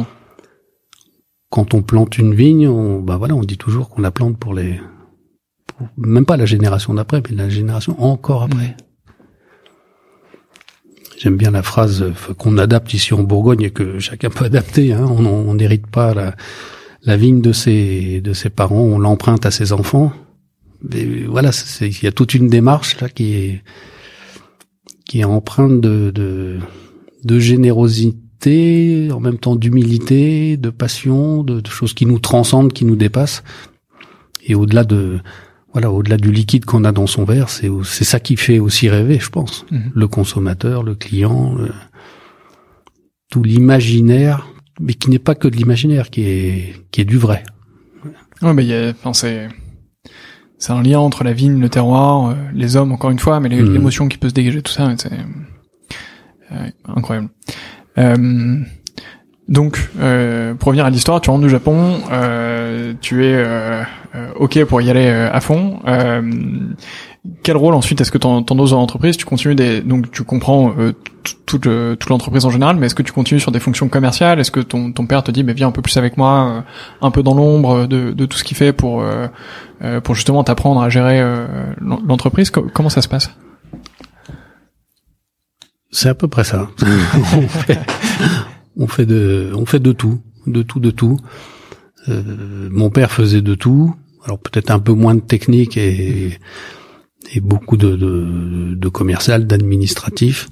Quand on plante une vigne, on, bah voilà, on dit toujours qu'on la plante pour les, pour, même pas la génération d'après, mais la génération encore après. Mmh. J'aime bien la phrase qu'on adapte ici en Bourgogne et que chacun peut adapter. Hein. On n'hérite pas la, la vigne de ses de ses parents, on l'emprunte à ses enfants. Mais voilà, c'est, il y a toute une démarche là qui est qui est empreinte de de, de générosité, en même temps d'humilité, de passion, de, de choses qui nous transcendent, qui nous dépassent. Et au-delà de, voilà, au-delà du liquide qu'on a dans son verre, c'est c'est ça qui fait aussi rêver, je pense. Mmh. Le consommateur, le client, le, tout l'imaginaire, mais qui n'est pas que de l'imaginaire, qui est qui est du vrai. Ouais, bah il y a, enfin c'est c'est un lien entre la vigne, le terroir, euh, les hommes encore une fois, mais les, mmh. l'émotion qui peut se dégager, tout ça, c'est euh, incroyable. Euh, donc, euh, pour revenir à l'histoire, tu rentres du Japon, euh, tu es euh, euh, ok pour y aller euh, à fond. Euh, quel rôle ensuite est-ce que t'en doses dans l'entreprise? Tu continues des, donc tu comprends euh, toute toute l'entreprise en général, mais est-ce que tu continues sur des fonctions commerciales? Est-ce que ton ton père te dit, mais viens un peu plus avec moi, euh, un peu dans l'ombre de de tout ce qu'il fait pour euh, euh, pour justement t'apprendre à gérer euh, l'entreprise? Comment ça se passe? C'est à peu près ça. on, fait, on fait de, on fait de tout, de tout, de tout. Euh, mon père faisait de tout. Alors peut-être un peu moins de technique et, et beaucoup de, de, de commercial, d'administratif.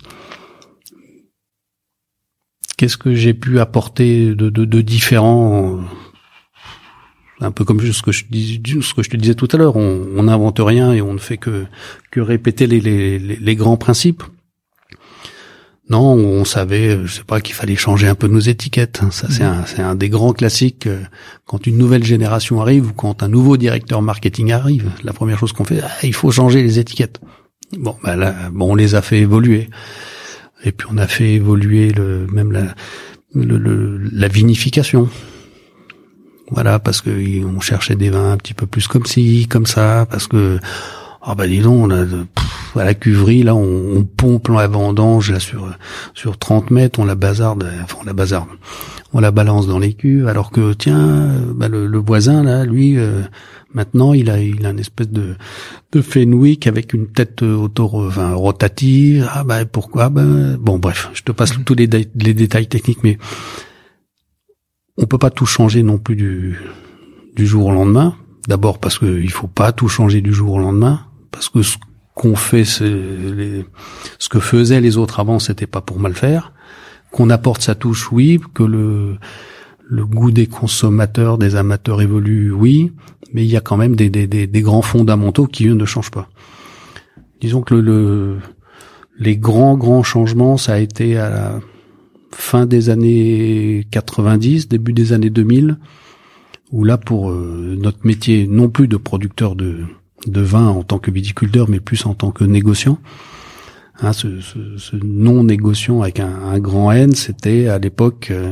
Qu'est-ce que j'ai pu apporter de, de, de différent? Un peu comme ce que je dis, ce que je te disais tout à l'heure. On n'invente rien et on ne fait que, que répéter les, les, les, les grands principes. Non, on savait, je sais pas, qu'il fallait changer un peu nos étiquettes. Ça, c'est un, c'est un des grands classiques. Quand une nouvelle génération arrive ou quand un nouveau directeur marketing arrive, la première chose qu'on fait, ah, il faut changer les étiquettes. Bon, bah là, bon, on les a fait évoluer. Et puis on a fait évoluer le, même la, le, le, la vinification. Voilà, parce que on cherchait des vins un petit peu plus comme ci, comme ça, parce que ah bah dis donc, on a pff, à la cuverie là, on, on pompe la vendange là sur sur trente mètres, on la bazarde, enfin on la bazarde, on la balance dans les cuves, alors que tiens, bah le, le voisin là, lui, euh, Maintenant, il a, il a une espèce de, de Fenwick avec une tête auto, enfin, rotative. Ah ben pourquoi ben bon bref, je te passe tous les, les détails techniques, mais on peut pas tout changer non plus du, du jour au lendemain. D'abord parce que il faut pas tout changer du jour au lendemain, parce que ce qu'on fait, c'est les, ce que faisaient les autres avant, c'était pas pour mal faire. Qu'on apporte sa touche, oui. Que le le goût des consommateurs, des amateurs évolue, oui. Mais il y a quand même des, des, des, des grands fondamentaux qui, eux, ne changent pas. Disons que le, le, les grands, grands changements, ça a été à la fin des années quatre-vingt-dix, début des années deux mille, où là, pour euh, notre métier, non plus de producteur de, de vin en tant que viticulteur, mais plus en tant que négociant, hein, ce, ce, ce non-négociant avec un, un grand N, c'était à l'époque... Euh,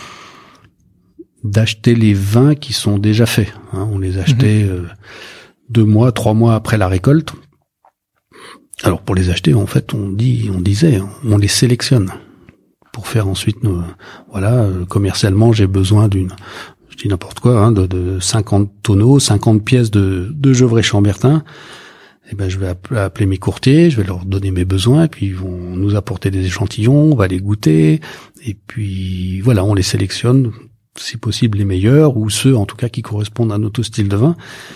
d'acheter les vins qui sont déjà faits. Hein, on les achetait mmh. euh, deux mois, trois mois après la récolte. Alors pour les acheter, en fait, on dit, on disait, on les sélectionne pour faire ensuite nos. Voilà, euh, commercialement, j'ai besoin d'une, je dis n'importe quoi, hein, de, de cinquante tonneaux, cinquante pièces de, de Gevrey-Chambertin. Eh ben, je vais appeler mes courtiers, je vais leur donner mes besoins, et puis ils vont nous apporter des échantillons, on va les goûter, et puis voilà, on les sélectionne. Si possible les meilleurs, ou ceux en tout cas qui correspondent à notre style de vin.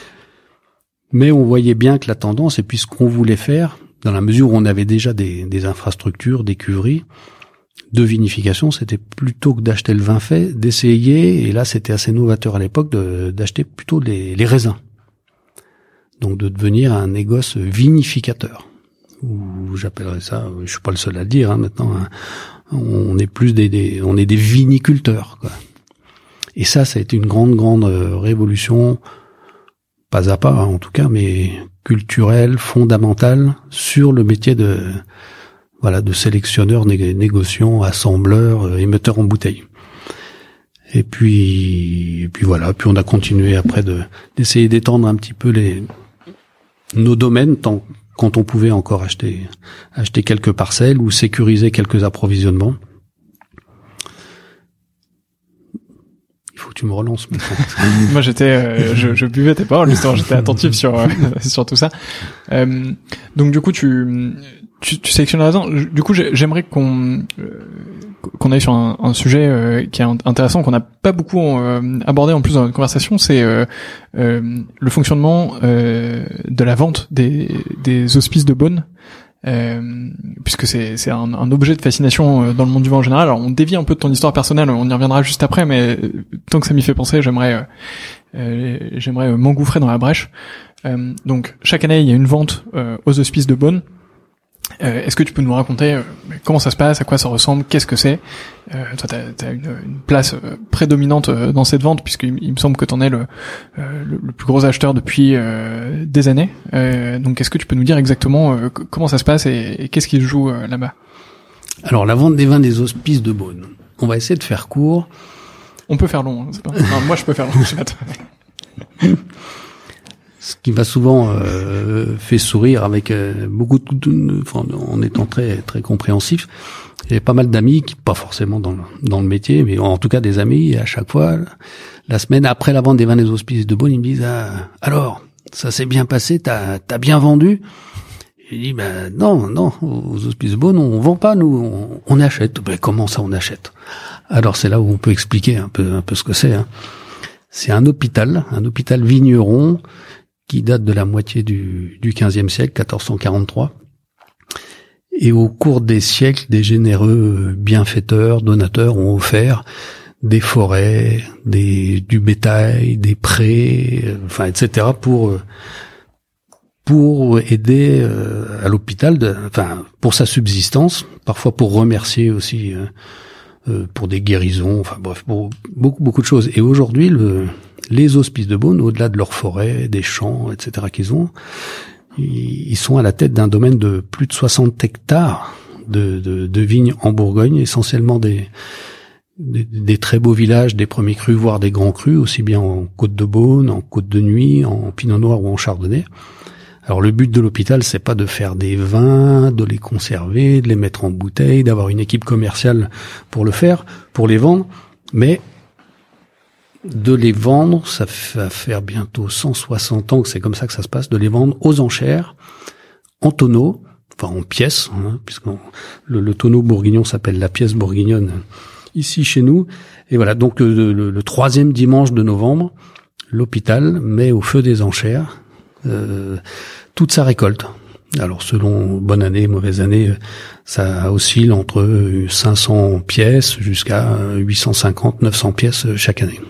Mais on voyait bien que la tendance, et puis ce qu'on voulait faire, dans la mesure où on avait déjà des, des infrastructures, des cuveries de vinification, c'était plutôt que d'acheter le vin fait, d'essayer, et là c'était assez novateur à l'époque, de, d'acheter plutôt les, les raisins. Donc de devenir un négoce vinificateur. Ou j'appellerais ça, je suis pas le seul à le dire, hein, maintenant, hein, on est plus des, des, on est des viniculteurs, quoi. Et ça, ça a été une grande, grande révolution, pas à pas, hein, en tout cas, mais culturelle, fondamentale, sur le métier de, voilà, de sélectionneur, né- négociant, assembleur, émetteur en bouteille. Et puis, et puis voilà, puis on a continué après de, d'essayer d'étendre un petit peu les, nos domaines, tant, quand on pouvait encore acheter, acheter quelques parcelles ou sécuriser quelques approvisionnements. Il faut que tu me relances maintenant. Moi j'étais, euh, je, je buvais tes paroles, justement, j'étais attentif sur euh, sur tout ça. Euh, donc du coup tu tu, tu sélectionnes la raison. Du coup j'aimerais qu'on euh, qu'on aille sur un, un sujet euh, qui est intéressant, qu'on n'a pas beaucoup euh, abordé en plus dans notre conversation, c'est euh, euh, le fonctionnement euh, de la vente des des hospices de Beaune. Euh, puisque c'est c'est un, un objet de fascination dans le monde du vin en général. Alors on dévie un peu de ton histoire personnelle, on y reviendra juste après, mais tant que ça m'y fait penser, j'aimerais euh, j'aimerais m'engouffrer dans la brèche. Euh, donc chaque année il y a une vente euh, aux hospices de Beaune. Euh, est-ce que tu peux nous raconter euh, comment ça se passe, à quoi ça ressemble, qu'est-ce que c'est? euh, Toi, t'as, t'as une, une place euh, prédominante euh, dans cette vente, puisqu'il il me semble que t'en es le, euh, le, le plus gros acheteur depuis euh, des années. Euh, donc, est-ce que tu peux nous dire exactement euh, comment ça se passe et, et qu'est-ce qui se joue euh, là-bas? Alors, la vente des vins des hospices de Beaune. On va essayer de faire court. On peut faire long. Hein, c'est pas... non, moi, je peux faire long. Je sais pas toi. Ce qui m'a souvent euh, fait sourire avec euh, beaucoup de, enfin, en étant très très compréhensif. Il y avait pas mal d'amis qui, pas forcément dans le, dans le métier, mais en tout cas des amis. Et à chaque fois, la semaine après la vente des vins des hospices de Beaune, ils me disent ah, alors ça s'est bien passé, t'as t'as bien vendu? Je dis ben non non, aux hospices de Beaune on vend pas, nous on, on achète. Ben comment ça on achète? Alors c'est là où on peut expliquer un peu un peu ce que c'est. Hein. C'est un hôpital, un hôpital vigneron, qui date de la moitié du, du quinzième siècle, quatorze cent quarante-trois. Et au cours des siècles, des généreux bienfaiteurs, donateurs ont offert des forêts, des, du bétail, des prés, enfin, et cetera pour, pour aider à l'hôpital, de, enfin, pour sa subsistance, parfois pour remercier aussi, euh, pour des guérisons, enfin, bref, pour beaucoup, beaucoup de choses. Et aujourd'hui, le, les hospices de Beaune, au-delà de leurs forêts, des champs, et cetera qu'ils ont, ils sont à la tête d'un domaine de plus de soixante hectares de, de, de vignes en Bourgogne, essentiellement des, des, des très beaux villages, des premiers crus, voire des grands crus, aussi bien en Côte de Beaune, en Côte de Nuit, en Pinot Noir ou en Chardonnay. Alors le but de l'hôpital, c'est pas de faire des vins, de les conserver, de les mettre en bouteille, d'avoir une équipe commerciale pour le faire, pour les vendre, mais de les vendre, ça va faire bientôt cent soixante ans que c'est comme ça que ça se passe, de les vendre aux enchères, en tonneaux, enfin en pièces, hein, puisque le, le tonneau bourguignon s'appelle la pièce bourguignonne ici chez nous. Et voilà, donc le, le, le troisième dimanche de novembre, l'hôpital met au feu des enchères euh, toute sa récolte. Alors selon bonne année, mauvaise année, ça oscille entre cinq cents pièces jusqu'à huit cent cinquante, neuf cents pièces chaque année.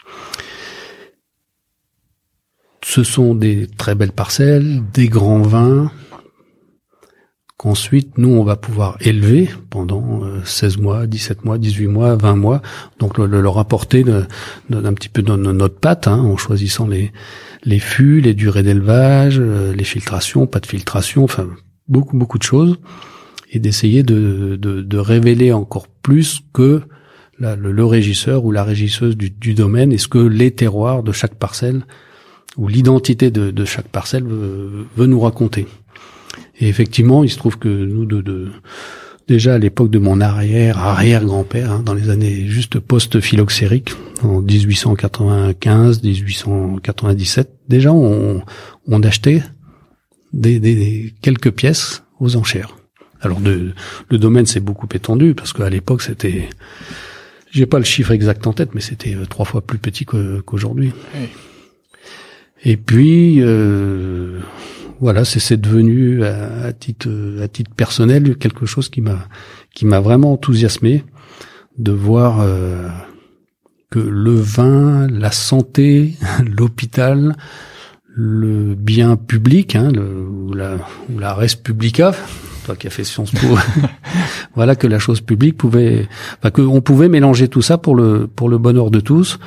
Ce sont des très belles parcelles, des grands vins, qu'ensuite, nous, on va pouvoir élever pendant seize mois, dix-sept mois, dix-huit mois, vingt mois. Donc, le, le, leur apporter de, de, d'un petit peu de notre pâte, hein, en choisissant les, les fûts, les durées d'élevage, les filtrations, pas de filtration, enfin, beaucoup, beaucoup de choses. Et d'essayer de, de, de révéler encore plus que la, le, le régisseur ou la régisseuse du, du domaine et ce que les terroirs de chaque parcelle ou l'identité de, de chaque parcelle veut, veut nous raconter. Et effectivement, il se trouve que nous, de, de déjà à l'époque de mon arrière-arrière-grand-père, hein, dans les années juste post-phylloxérique, en dix-huit cent quatre-vingt-quinze, dix-huit cent quatre-vingt-dix-sept, déjà on, on achetait des, des, des quelques pièces aux enchères. Alors de, le domaine s'est beaucoup étendu parce qu'à l'époque c'était, j'ai pas le chiffre exact en tête, mais c'était trois fois plus petit que, qu'aujourd'hui. Oui. Et puis euh, voilà, c'est, c'est devenu à, à titre à titre personnel quelque chose qui m'a qui m'a vraiment enthousiasmé de voir euh, que le vin, la santé, l'hôpital, le bien public, hein, le, ou la ou la res publica, toi qui as fait Sciences Po, voilà que la chose publique pouvait, enfin que on pouvait mélanger tout ça pour le pour le bonheur de tous.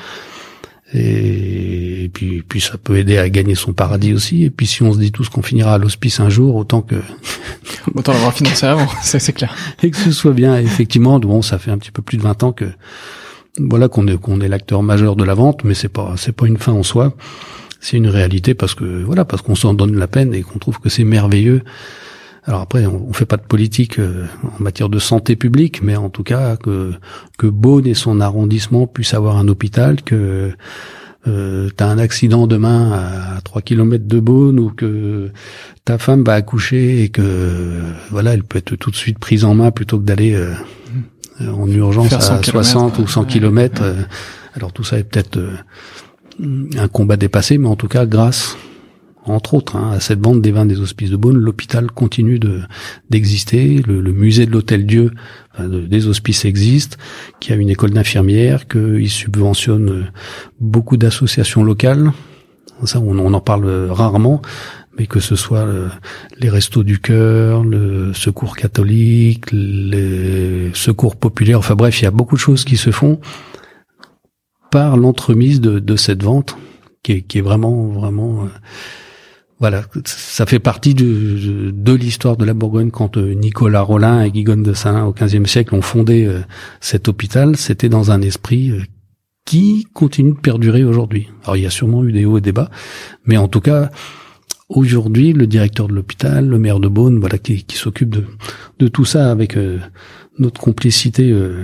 Et puis, puis ça peut aider à gagner son paradis aussi. Et puis si on se dit tous qu'on finira à l'hospice un jour, autant que autant l'avoir financé avant, c'est, c'est clair. Et que ce soit bien. Effectivement, bon, ça fait un petit peu plus de vingt ans que voilà qu'on est qu'on est l'acteur majeur de la vente, mais c'est pas c'est pas une fin en soi. C'est une réalité parce que voilà parce qu'on s'en donne la peine et qu'on trouve que c'est merveilleux. Alors après, on, on fait pas de politique euh, en matière de santé publique, mais en tout cas que que Beaune et son arrondissement puissent avoir un hôpital, que euh, t'as un accident demain à trois kilomètres de Beaune ou que ta femme va accoucher et que voilà, elle peut être tout de suite prise en main plutôt que d'aller euh, en urgence à soixante ou cent kilomètres. Euh, alors tout ça est peut-être euh, un combat dépassé, mais en tout cas grâce entre autres, hein, à cette vente des vins des Hospices de Beaune, l'hôpital continue de d'exister. Le, le musée de l'Hôtel-Dieu enfin, de, des Hospices existe, qui a une école d'infirmières, qu'il subventionne beaucoup d'associations locales. Ça, on, on en parle rarement, mais que ce soit le, les Restos du Cœur, le Secours catholique, les Secours populaires. Enfin bref, il y a beaucoup de choses qui se font par l'entremise de, de cette vente, qui est, qui est vraiment, vraiment. Euh, Voilà, ça fait partie de, de l'histoire de la Bourgogne quand Nicolas Rollin et Guigone de Salins au quinzième siècle ont fondé cet hôpital. C'était dans un esprit qui continue de perdurer aujourd'hui. Alors il y a sûrement eu des hauts et des bas, mais en tout cas aujourd'hui le directeur de l'hôpital, le maire de Beaune, voilà qui, qui s'occupe de, de tout ça avec euh, notre complicité euh,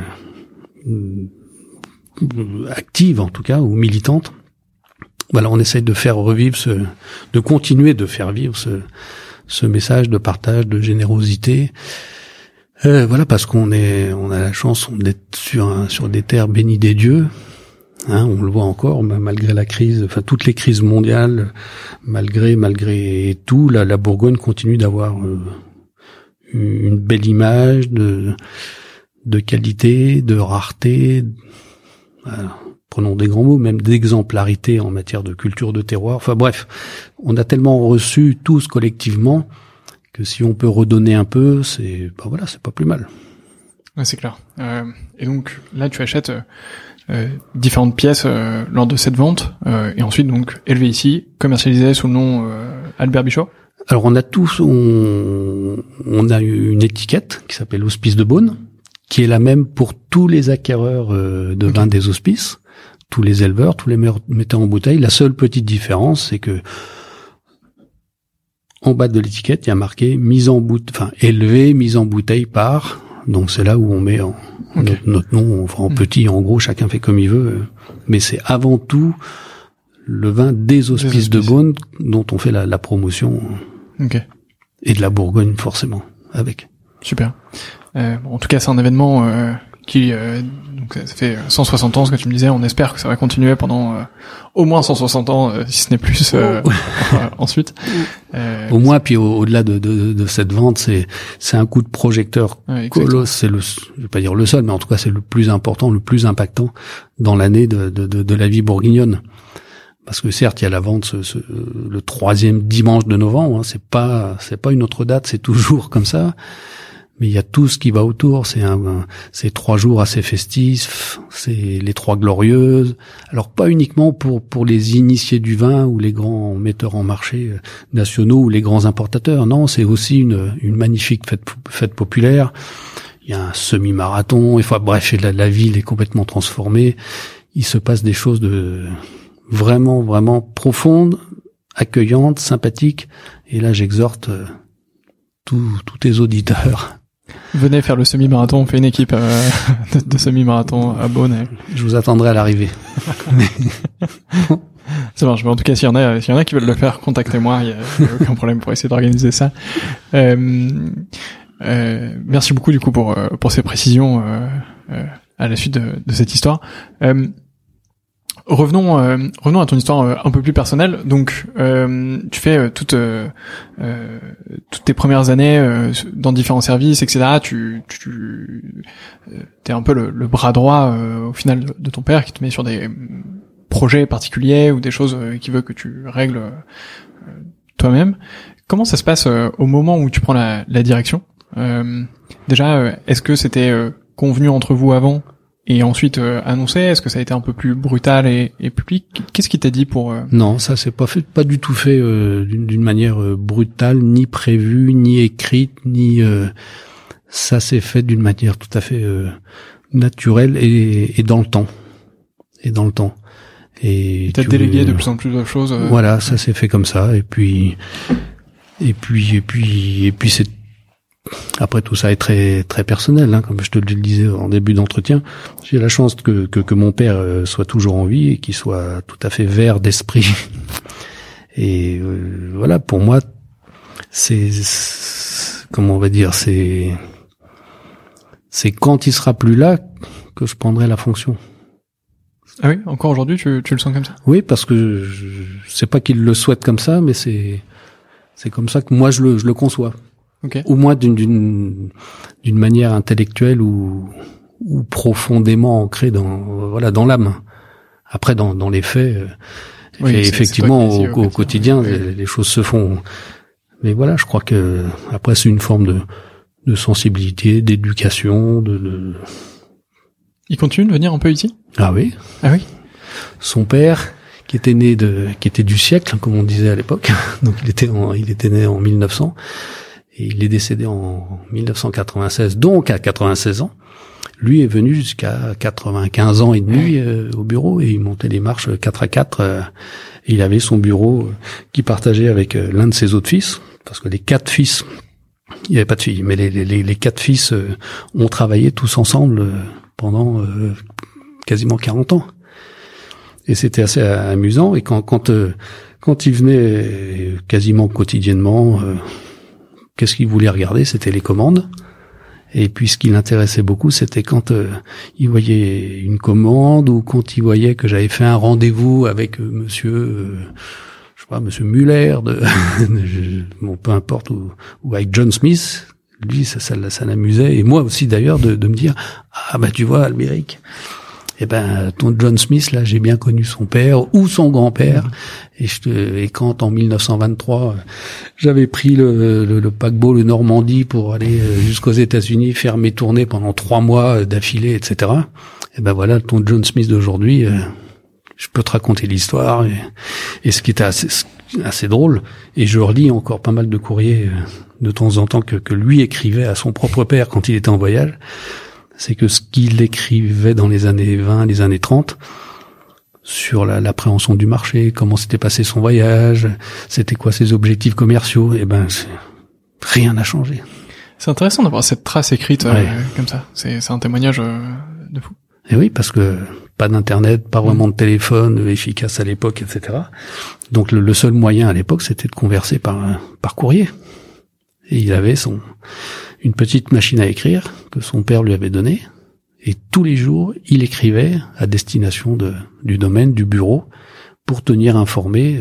active en tout cas ou militante. Voilà, on essaye de faire revivre ce, de continuer de faire vivre ce, ce message de partage, de générosité. Euh, voilà, parce qu'on est, on a la chance d'être sur un, sur des terres bénies des dieux. Hein, on le voit encore, malgré la crise, enfin toutes les crises mondiales, malgré, malgré tout, la, la Bourgogne continue d'avoir euh, une belle image de, de qualité, de rareté. Voilà. Prenons des grands mots, même d'exemplarité en matière de culture de terroir. Enfin bref, on a tellement reçu tous collectivement que si on peut redonner un peu, c'est ben voilà, c'est pas plus mal. Ouais, c'est clair. Euh, et donc là, tu achètes euh, différentes pièces euh, lors de cette vente, euh, et ensuite donc élevées ici, commercialisées sous le nom euh, Albert Bichot. Alors on a tous, on, on a une étiquette qui s'appelle Hospice de Beaune, qui est la même pour tous les acquéreurs euh, de okay. vins des hospices. Tous les éleveurs, tous les metteurs en bouteille. La seule petite différence, c'est que en bas de l'étiquette, il y a marqué mise en bouteille, enfin élevé, mise en bouteille par Donc c'est là où on met en, okay. notre, notre nom, enfin en mmh. petit, en gros, chacun fait comme il veut. Mais c'est avant tout le vin des Hospices, des hospices. de Beaune dont on fait la, la promotion. Okay. Et de la Bourgogne, forcément, avec. Super. Euh, bon, en tout cas, c'est un événement euh, qui... Euh, donc ça fait cent soixante ans, ce que tu me disais. On espère que ça va continuer pendant euh, au moins cent soixante ans, euh, si ce n'est plus euh, oh. euh, ensuite. Euh, au moins, puis au, au-delà de, de, de cette vente, c'est c'est un coup de projecteur ouais, colosse. C'est le, je vais pas dire le seul, mais en tout cas, c'est le plus important, le plus impactant dans l'année de, de, de, de la vie bourguignonne. Parce que certes, il y a la vente ce, ce, le troisième dimanche de novembre. Hein, c'est pas c'est pas une autre date, c'est toujours comme ça. Mais il y a tout ce qui va autour. C'est un, un c'est trois jours assez festifs. C'est les trois glorieuses. Alors pas uniquement pour pour les initiés du vin ou les grands metteurs en marché nationaux ou les grands importateurs. Non, c'est aussi une une magnifique fête fête populaire. Il y a un semi-marathon. Enfin bref, la, la ville est complètement transformée. Il se passe des choses de vraiment vraiment profondes, accueillantes, sympathiques. Et là, j'exhorte euh, tous tous tes auditeurs. Venez faire le semi-marathon, on fait une équipe euh, de, de semi-marathon à Beaune. Je vous attendrai à l'arrivée. Ça marche, mais en tout cas, s'il y en a, s'il y en a qui veulent le faire, contactez-moi, il y a, il y a aucun problème pour essayer d'organiser ça. Euh, euh, merci beaucoup du coup pour pour ces précisions euh, euh, à la suite de, de cette histoire. Euh, Revenons, euh, revenons à ton histoire euh, un peu plus personnelle. Donc, euh, tu fais euh, toutes, euh, euh, toutes tes premières années euh, dans différents services, et cetera. Tu, tu, tu euh, t'es un peu le, le bras droit euh, au final de, de ton père, qui te met sur des projets particuliers ou des choses euh, qu'il veut que tu règles euh, toi-même. Comment ça se passe euh, au moment où tu prends la, la direction ? euh, Déjà, euh, est-ce que c'était euh, convenu entre vous avant ? Et ensuite euh, annoncé, est-ce que ça a été un peu plus brutal et, et public ? Qu'est-ce qui t'a dit pour euh... Non, ça c'est pas fait, pas du tout fait euh, d'une, d'une manière euh, brutale, ni prévue, ni écrite, ni euh, ça s'est fait d'une manière tout à fait euh, naturelle et, et dans le temps, et dans le temps. Et t'as délégué euh, de plus en plus de choses. Euh... Voilà, ça s'est fait comme ça, et puis et puis et puis et puis c'est après tout ça est très très personnel, hein, comme je te le disais en début d'entretien. J'ai la chance que que, que mon père euh, soit toujours en vie et qu'il soit tout à fait vert d'esprit. Et euh, voilà, pour moi, c'est, c'est comment on va dire, c'est c'est quand il sera plus là que je prendrai la fonction. Ah oui, encore aujourd'hui, tu tu le sens comme ça ? Oui, parce que je, je sais pas qu'il le souhaite comme ça, mais c'est c'est comme ça que moi je le je le conçois. Okay. Au moins d'une, d'une d'une manière intellectuelle ou ou profondément ancrée dans voilà dans l'âme. Après dans dans les faits, euh, oui, c'est, effectivement c'est au, au quotidien oui. les, les choses se font. Mais voilà, je crois que après c'est une forme de de sensibilité, d'éducation, de, de... Il continue de venir un peu ici ? Ah oui. Ah oui. Son père, qui était né de qui était du siècle, comme on disait à l'époque, donc il était en, il était né en mille neuf cents. Et il est décédé en mille neuf cent quatre-vingt-seize, donc à quatre-vingt-seize ans. Lui est venu jusqu'à quatre-vingt-quinze ans et demi euh, au bureau et il montait les marches quatre à quatre. Euh, et il avait son bureau euh, qui partageait avec euh, l'un de ses autres fils, parce que les quatre fils, il n'y avait pas de filles, mais les, les, les quatre fils euh, ont travaillé tous ensemble euh, pendant euh, quasiment quarante ans. Et c'était assez amusant. Et quand quand euh, quand il venait euh, quasiment quotidiennement. Euh, Qu'est-ce qu'il voulait regarder ? C'était les commandes. Et puis ce qui l'intéressait beaucoup, c'était quand euh, il voyait une commande ou quand il voyait que j'avais fait un rendez-vous avec euh, monsieur, euh, je sais pas, monsieur Muller, de, bon, peu importe, ou, ou avec John Smith. Lui, ça, ça, ça l'amusait. Et moi aussi d'ailleurs, de, de me dire, ah bah tu vois, Albéric, eh ben ton John Smith là, j'ai bien connu son père ou son grand-père. Et, je, et quand en mille neuf cent vingt-trois, j'avais pris le, le, le paquebot le Normandie pour aller jusqu'aux États-Unis faire mes tournées pendant trois mois d'affilée, et cetera. Et ben voilà, ton John Smith d'aujourd'hui, euh, je peux te raconter l'histoire et, et ce qui était assez, assez drôle. Et je relis encore pas mal de courriers euh, de temps en temps que, que lui écrivait à son propre père quand il était en voyage. C'est que ce qu'il écrivait dans les années vingt, les années trente, sur la, l'appréhension du marché, comment s'était passé son voyage, c'était quoi ses objectifs commerciaux, et ben c'est, rien n'a changé. C'est intéressant d'avoir cette trace écrite ouais. euh, comme ça. C'est, c'est un témoignage euh, de fou. Et oui, parce que pas d'internet, pas vraiment de téléphone efficace à l'époque, et cetera. Donc le, le seul moyen à l'époque, c'était de converser par par courrier. Et il avait son une petite machine à écrire que son père lui avait donnée. Et tous les jours, il écrivait à destination de du domaine, du bureau, pour tenir informé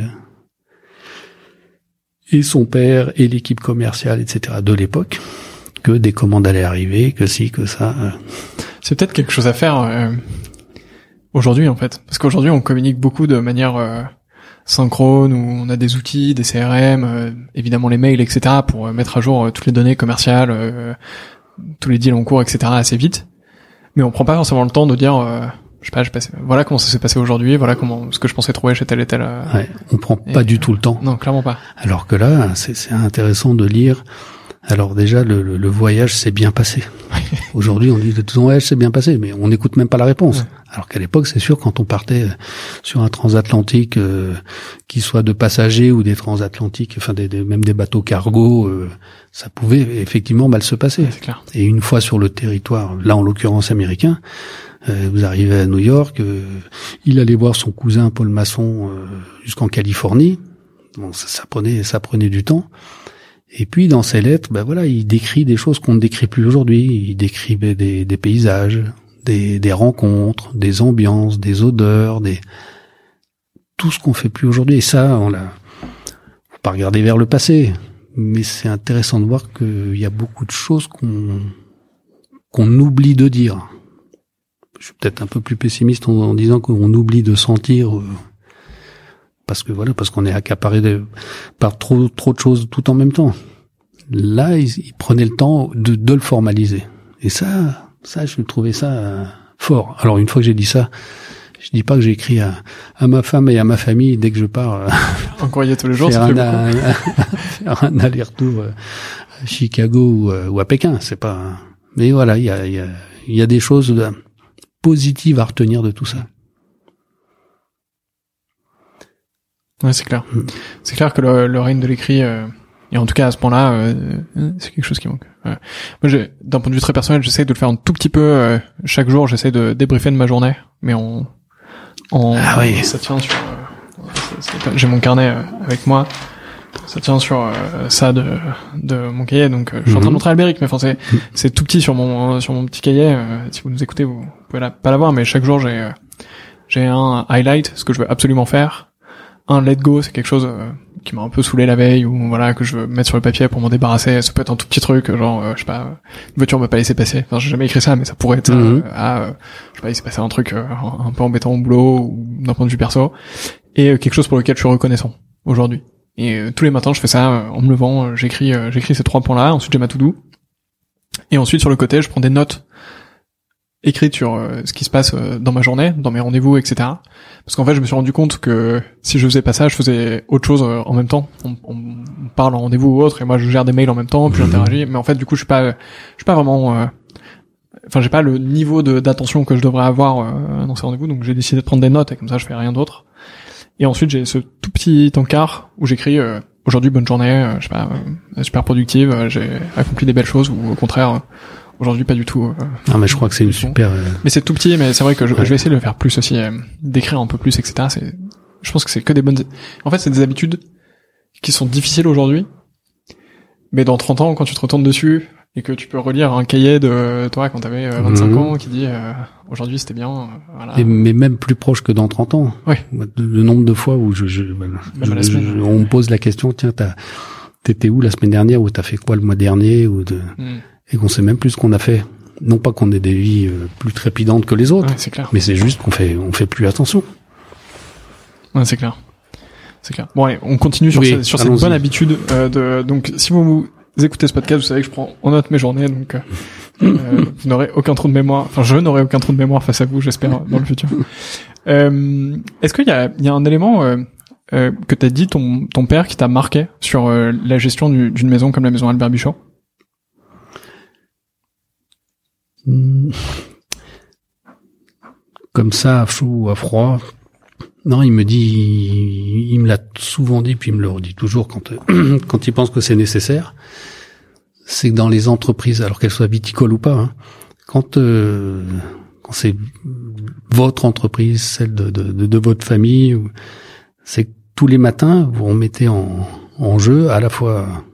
et son père et l'équipe commerciale, et cetera de l'époque, que des commandes allaient arriver, que si, que ça. C'est peut-être quelque chose à faire euh, aujourd'hui en fait, parce qu'aujourd'hui on communique beaucoup de manière euh, synchrone, où on a des outils, des C R M, euh, évidemment les mails, et cetera pour euh, mettre à jour euh, toutes les données commerciales, euh, tous les deals en cours, et cetera assez vite. Mais on prend pas forcément le temps de dire, euh, je sais pas, je passe, voilà comment ça s'est passé aujourd'hui, voilà comment ce que je pensais trouver chez tel et tel. Euh, ouais, on prend et, pas du tout le temps. Non, clairement pas. Alors que là, c'est, c'est intéressant de lire. Alors déjà, le, le, le voyage s'est bien passé. Aujourd'hui, on dit ton voyage s'est bien passé, mais on n'écoute même pas la réponse. Ouais. Alors qu'à l'époque, c'est sûr, quand on partait sur un transatlantique, euh, qui soit de passagers ou des transatlantiques, enfin des, des, même des bateaux cargo, euh, ça pouvait effectivement mal se passer. Ouais, c'est clair. Et une fois sur le territoire, là en l'occurrence américain, euh, vous arrivez à New York, euh, il allait voir son cousin Paul Masson euh, jusqu'en Californie. Bon, ça, ça prenait, ça prenait du temps. Et puis dans ses lettres, ben voilà, il décrit des choses qu'on ne décrit plus aujourd'hui. Il décrivait des, des paysages, des, des rencontres, des ambiances, des odeurs, des tout ce qu'on fait plus aujourd'hui. Et ça, on l'a. Faut pas regarder vers le passé, mais c'est intéressant de voir qu'il y a beaucoup de choses qu'on qu'on oublie de dire. Je suis peut-être un peu plus pessimiste en, en disant qu'on oublie de sentir. Euh, Parce que voilà, parce qu'on est accaparé de, par trop trop de choses tout en même temps. Là, il, il prenait le temps de, de le formaliser. Et ça, ça, je trouvais ça euh, fort. Alors une fois que j'ai dit ça, je dis pas que j'ai écrit à, à ma femme et à ma famille dès que je pars. Euh, un courrier tous les jours, faire ça fait un, beaucoup. un, faire un aller-retour euh, à Chicago ou, euh, ou à Pékin. C'est pas. Mais voilà, il y a il y a il y a des choses positives à retenir de tout ça. Ouais, c'est clair. Mmh. C'est clair que le, le règne de l'écrit, euh, et en tout cas à ce point-là, euh, c'est quelque chose qui manque. Ouais. Moi, j'ai, d'un point de vue très personnel, j'essaie de le faire un tout petit peu euh, chaque jour. J'essaie de débriefer de ma journée, mais en, en ah oui. ça tient sur. Euh, c'est, c'est, j'ai mon carnet euh, avec moi. Ça tient sur euh, ça de de mon cahier. Donc, euh, je suis mmh. en train de montrer à Albéric, mais enfin c'est mmh. c'est tout petit sur mon sur mon petit cahier. Euh, si vous nous écoutez, vous pouvez la, pas l'avoir, mais chaque jour j'ai euh, j'ai un highlight, ce que je veux absolument faire. Un let go, c'est quelque chose euh, qui m'a un peu saoulé la veille, ou voilà, que je veux mettre sur le papier pour m'en débarrasser. Ça peut être un tout petit truc, genre, euh, je sais pas, une voiture m'a pas laissé passer. Enfin, j'ai jamais écrit ça, mais ça pourrait être, mm-hmm. euh, ah, euh, je sais pas, il s'est passé un truc euh, un peu embêtant au boulot, ou d'un point de vue perso. Et euh, quelque chose pour lequel je suis reconnaissant, aujourd'hui. Et euh, tous les matins, je fais ça, euh, en me levant, euh, j'écris euh, j'écris ces trois points-là, ensuite j'ai ma to-do. Et ensuite, sur le côté, je prends des notes écrites sur euh, ce qui se passe euh, dans ma journée, dans mes rendez-vous, et cetera. Parce qu'en fait, je me suis rendu compte que si je faisais pas ça, je faisais autre chose euh, en même temps. On, on parle en rendez-vous ou autre, et moi je gère des mails en même temps, puis mmh. j'interagis. Mais en fait, du coup, je suis pas, je suis pas vraiment, euh, enfin, j'ai pas le niveau de d'attention que je devrais avoir euh, dans ces rendez-vous. Donc, j'ai décidé de prendre des notes, et comme ça, je fais rien d'autre. Et ensuite, j'ai ce tout petit encart où j'écris euh, aujourd'hui bonne journée, euh, je sais pas, euh, super productive, euh, j'ai accompli des belles choses, ou au contraire. Euh, Aujourd'hui, pas du tout. Euh, non, mais je crois que c'est une super. Euh... Mais c'est tout petit, mais c'est vrai que je, ouais. je vais essayer de le faire plus aussi, euh, d'écrire un peu plus, et cetera. C'est, je pense que c'est que des bonnes. En fait, c'est des habitudes qui sont difficiles aujourd'hui, mais dans trente ans, quand tu te retournes dessus et que tu peux relire un cahier de toi quand t'avais euh, vingt-cinq mmh. ans qui dit euh, aujourd'hui c'était bien. Euh, voilà. Et, mais même plus proche que dans trente ans. Oui. Le, le nombre de fois où je, je, je, je, je on me pose la question, tiens, t'as, t'étais où la semaine dernière, ou t'as fait quoi le mois dernier, ou de. Mmh. Et qu'on sait même plus ce qu'on a fait. Non pas qu'on ait des vies euh, plus trépidantes que les autres, ouais, c'est clair. Mais c'est juste qu'on fait, on fait plus attention. Ouais, c'est clair. C'est clair. Bon, allez, on continue sur, oui, cette, sur cette bonne habitude euh, de. Donc, si vous, vous écoutez ce podcast, vous savez que je prends en note mes journées, donc euh, euh, vous n'aurez aucun trou de mémoire. Enfin, je n'aurai aucun trou de mémoire face à vous, j'espère, dans le futur. Euh, est-ce qu'il y a, il y a un élément euh, euh, que t'as dit ton ton père qui t'a marqué sur euh, la gestion du, d'une maison comme la maison Albert Bichot? Comme ça, à chaud ou à froid. Non, il me dit, il, il me l'a souvent dit, puis il me le redit toujours quand quand il pense que c'est nécessaire. c'est que dans les entreprises, alors qu'elles soient viticoles ou pas, hein, quand euh, quand c'est votre entreprise, celle de, de, de, de votre famille, c'est que tous les matins, vous remettez en, en jeu à la fois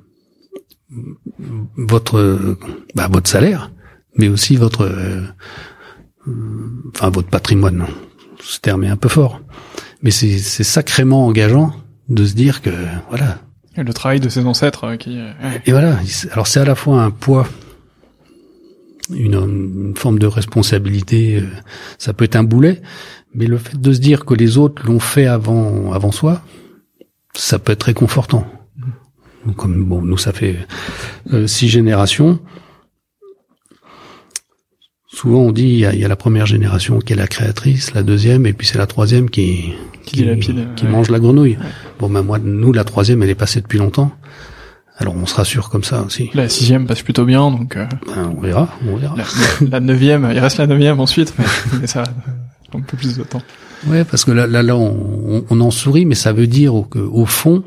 votre bah, votre salaire, mais aussi votre euh, enfin votre patrimoine. Ce terme est un peu fort, mais c'est c'est sacrément engageant de se dire que voilà. Et le travail de ses ancêtres euh, qui. Euh, ouais. Et voilà. Alors c'est à la fois un poids, une, une forme de responsabilité. Euh, ça peut être un boulet, mais le fait de se dire que les autres l'ont fait avant avant soi, ça peut être réconfortant. Mmh. Comme bon, nous ça fait euh, six générations. Souvent on dit il y a, il y a la première génération qui est la créatrice, la deuxième, et puis c'est la troisième qui qui, qui, dilapide, qui ouais. mange la grenouille. Ouais. Bon ben moi, nous la troisième, elle est passée depuis longtemps. Alors on se rassure comme ça aussi. La sixième passe plutôt bien, donc. Euh... Ben, on verra, on verra. La, la, la neuvième, il reste la neuvième ensuite, mais, mais ça prend un peu plus de temps. Ouais, parce que là, là, là, on, on en sourit, mais ça veut dire au, que, au fond,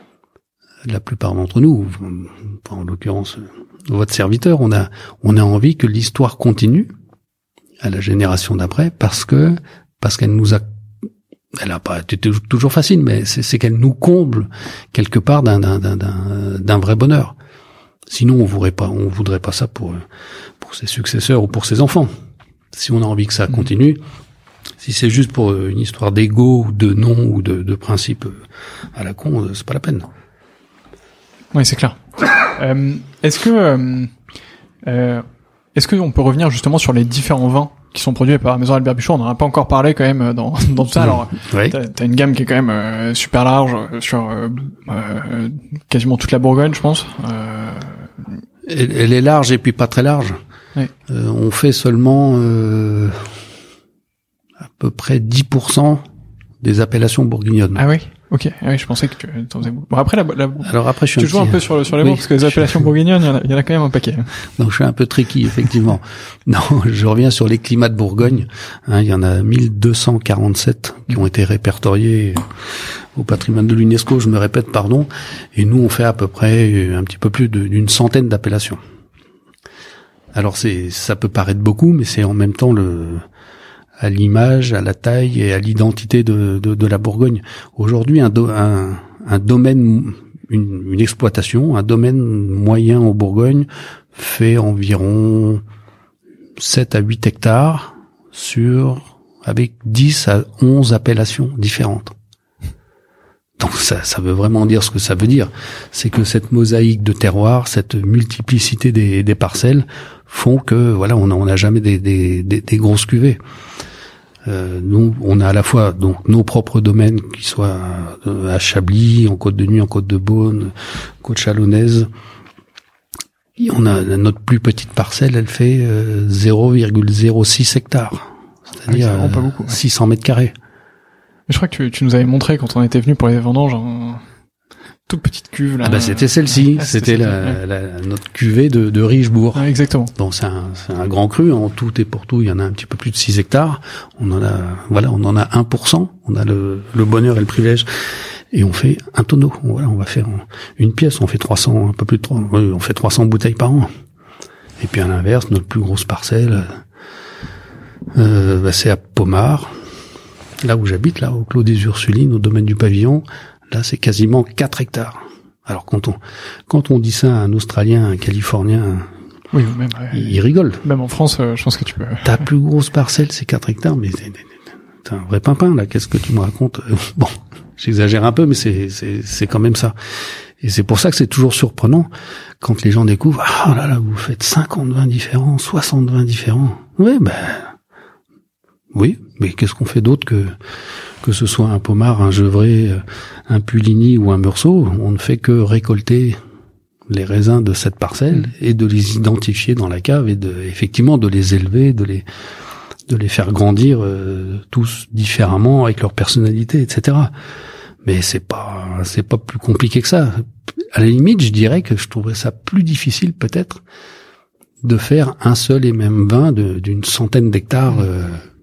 la plupart d'entre nous, en l'occurrence votre serviteur, on a, on a envie que l'histoire continue à la génération d'après, parce que, parce qu'elle nous a, elle a pas été toujours facile, mais c'est, c'est qu'elle nous comble quelque part d'un, d'un, d'un, d'un, d'un vrai bonheur. Sinon, on voudrait pas, on voudrait pas ça pour, pour ses successeurs ou pour ses enfants. Si on a envie que ça continue, si c'est juste pour une histoire d'ego ou de nom ou de, de principe à la con, c'est pas la peine. Oui, c'est clair. Euh, est-ce que, euh, euh, est-ce qu'on peut revenir justement sur les différents vins qui sont produits par la maison Albert Buchon? On n'en a pas encore parlé quand même dans, dans tout ça. Alors, oui. t'as, t'as une gamme qui est quand même euh, super large sur euh, euh, quasiment toute la Bourgogne, je pense. Euh... Elle, elle est large et puis pas très large. Oui. Euh, on fait seulement euh, à peu près dix pour cent des appellations bourguignonnes. Ah oui. Ok, ah oui, je pensais que tu en faisais beaucoup. Bon, après, la, la, Alors après, je suis tu un joues petit, un peu sur, le, sur les oui. mots, parce que les appellations bourguignonnes, il y en a, il y en a quand même un paquet. Donc je suis un peu tricky, effectivement. Non, je reviens sur les climats de Bourgogne. Hein, il y en a mille deux cent quarante-sept qui ont été répertoriés au patrimoine de l'UNESCO, je me répète, pardon. Et nous, on fait à peu près un petit peu plus de, d'une centaine d'appellations. Alors c'est, ça peut paraître beaucoup, mais c'est en même temps le... à l'image, à la taille et à l'identité de, de, de la Bourgogne. Aujourd'hui, un, do, un, un domaine, une, une exploitation, un domaine moyen en Bourgogne fait environ sept à huit hectares sur, avec dix à onze appellations différentes. Donc ça, ça veut vraiment dire ce que ça veut dire. C'est que cette mosaïque de terroirs, cette multiplicité des, des parcelles font que, voilà, on n'a jamais des, des, des, des grosses cuvées. Euh, nous, on a à la fois donc nos propres domaines, qui soient euh, à Chablis, en Côte de Nuit, en Côte de Beaune, Côte Chalonnaise. Et on a notre plus petite parcelle, elle fait euh, zéro virgule zéro six hectares, c'est-à-dire ah oui, pas beaucoup, ouais. six cents mètres carrés. Mais je crois que tu, tu nous avais montré quand on était venu pour les vendanges un toute petite cuve là. Ah bah c'était celle-ci, ah, c'était, c'était la, la, la, notre cuvée de, de Richebourg. Ah, exactement. Bon, c'est un, c'est un grand cru, en tout et pour tout, il y en a un petit peu plus de six hectares. On en a, voilà, on en a un pour cent. On a le, le bonheur et le privilège. Et on fait un tonneau. Voilà, on va faire une pièce. On fait trois cents, un peu plus de trois, on fait trois cents bouteilles par an. Et puis à l'inverse, notre plus grosse parcelle, euh, bah, c'est à Pommard, là où j'habite, là, au Clos des Ursulines, au domaine du Pavillon. Là, c'est quasiment quatre hectares. Alors, quand on, quand on dit ça à un Australien, un Californien, oui, même, ouais, il, il rigole. Même en France, euh, je pense que tu peux. Ta plus grosse parcelle, c'est quatre hectares, mais t'es, t'es un vrai pimpin, là. Qu'est-ce que tu me racontes? Bon, j'exagère un peu, mais c'est, c'est, c'est quand même ça. Et c'est pour ça que c'est toujours surprenant quand les gens découvrent, ah là là, vous faites cinquante vins différents, soixante vins différents. Oui, ben, oui, mais qu'est-ce qu'on fait d'autre que, que ce soit un Pommard, un Gevrey, un Puligny ou un Meursault? On ne fait que récolter les raisins de cette parcelle et de les identifier dans la cave et de, effectivement, de les élever, de les, de les faire grandir euh, tous différemment avec leur personnalité, et cetera. Mais c'est pas, c'est pas plus compliqué que ça. À la limite, je dirais que je trouverais ça plus difficile peut-être de faire un seul et même vin de, d'une centaine d'hectares. Euh,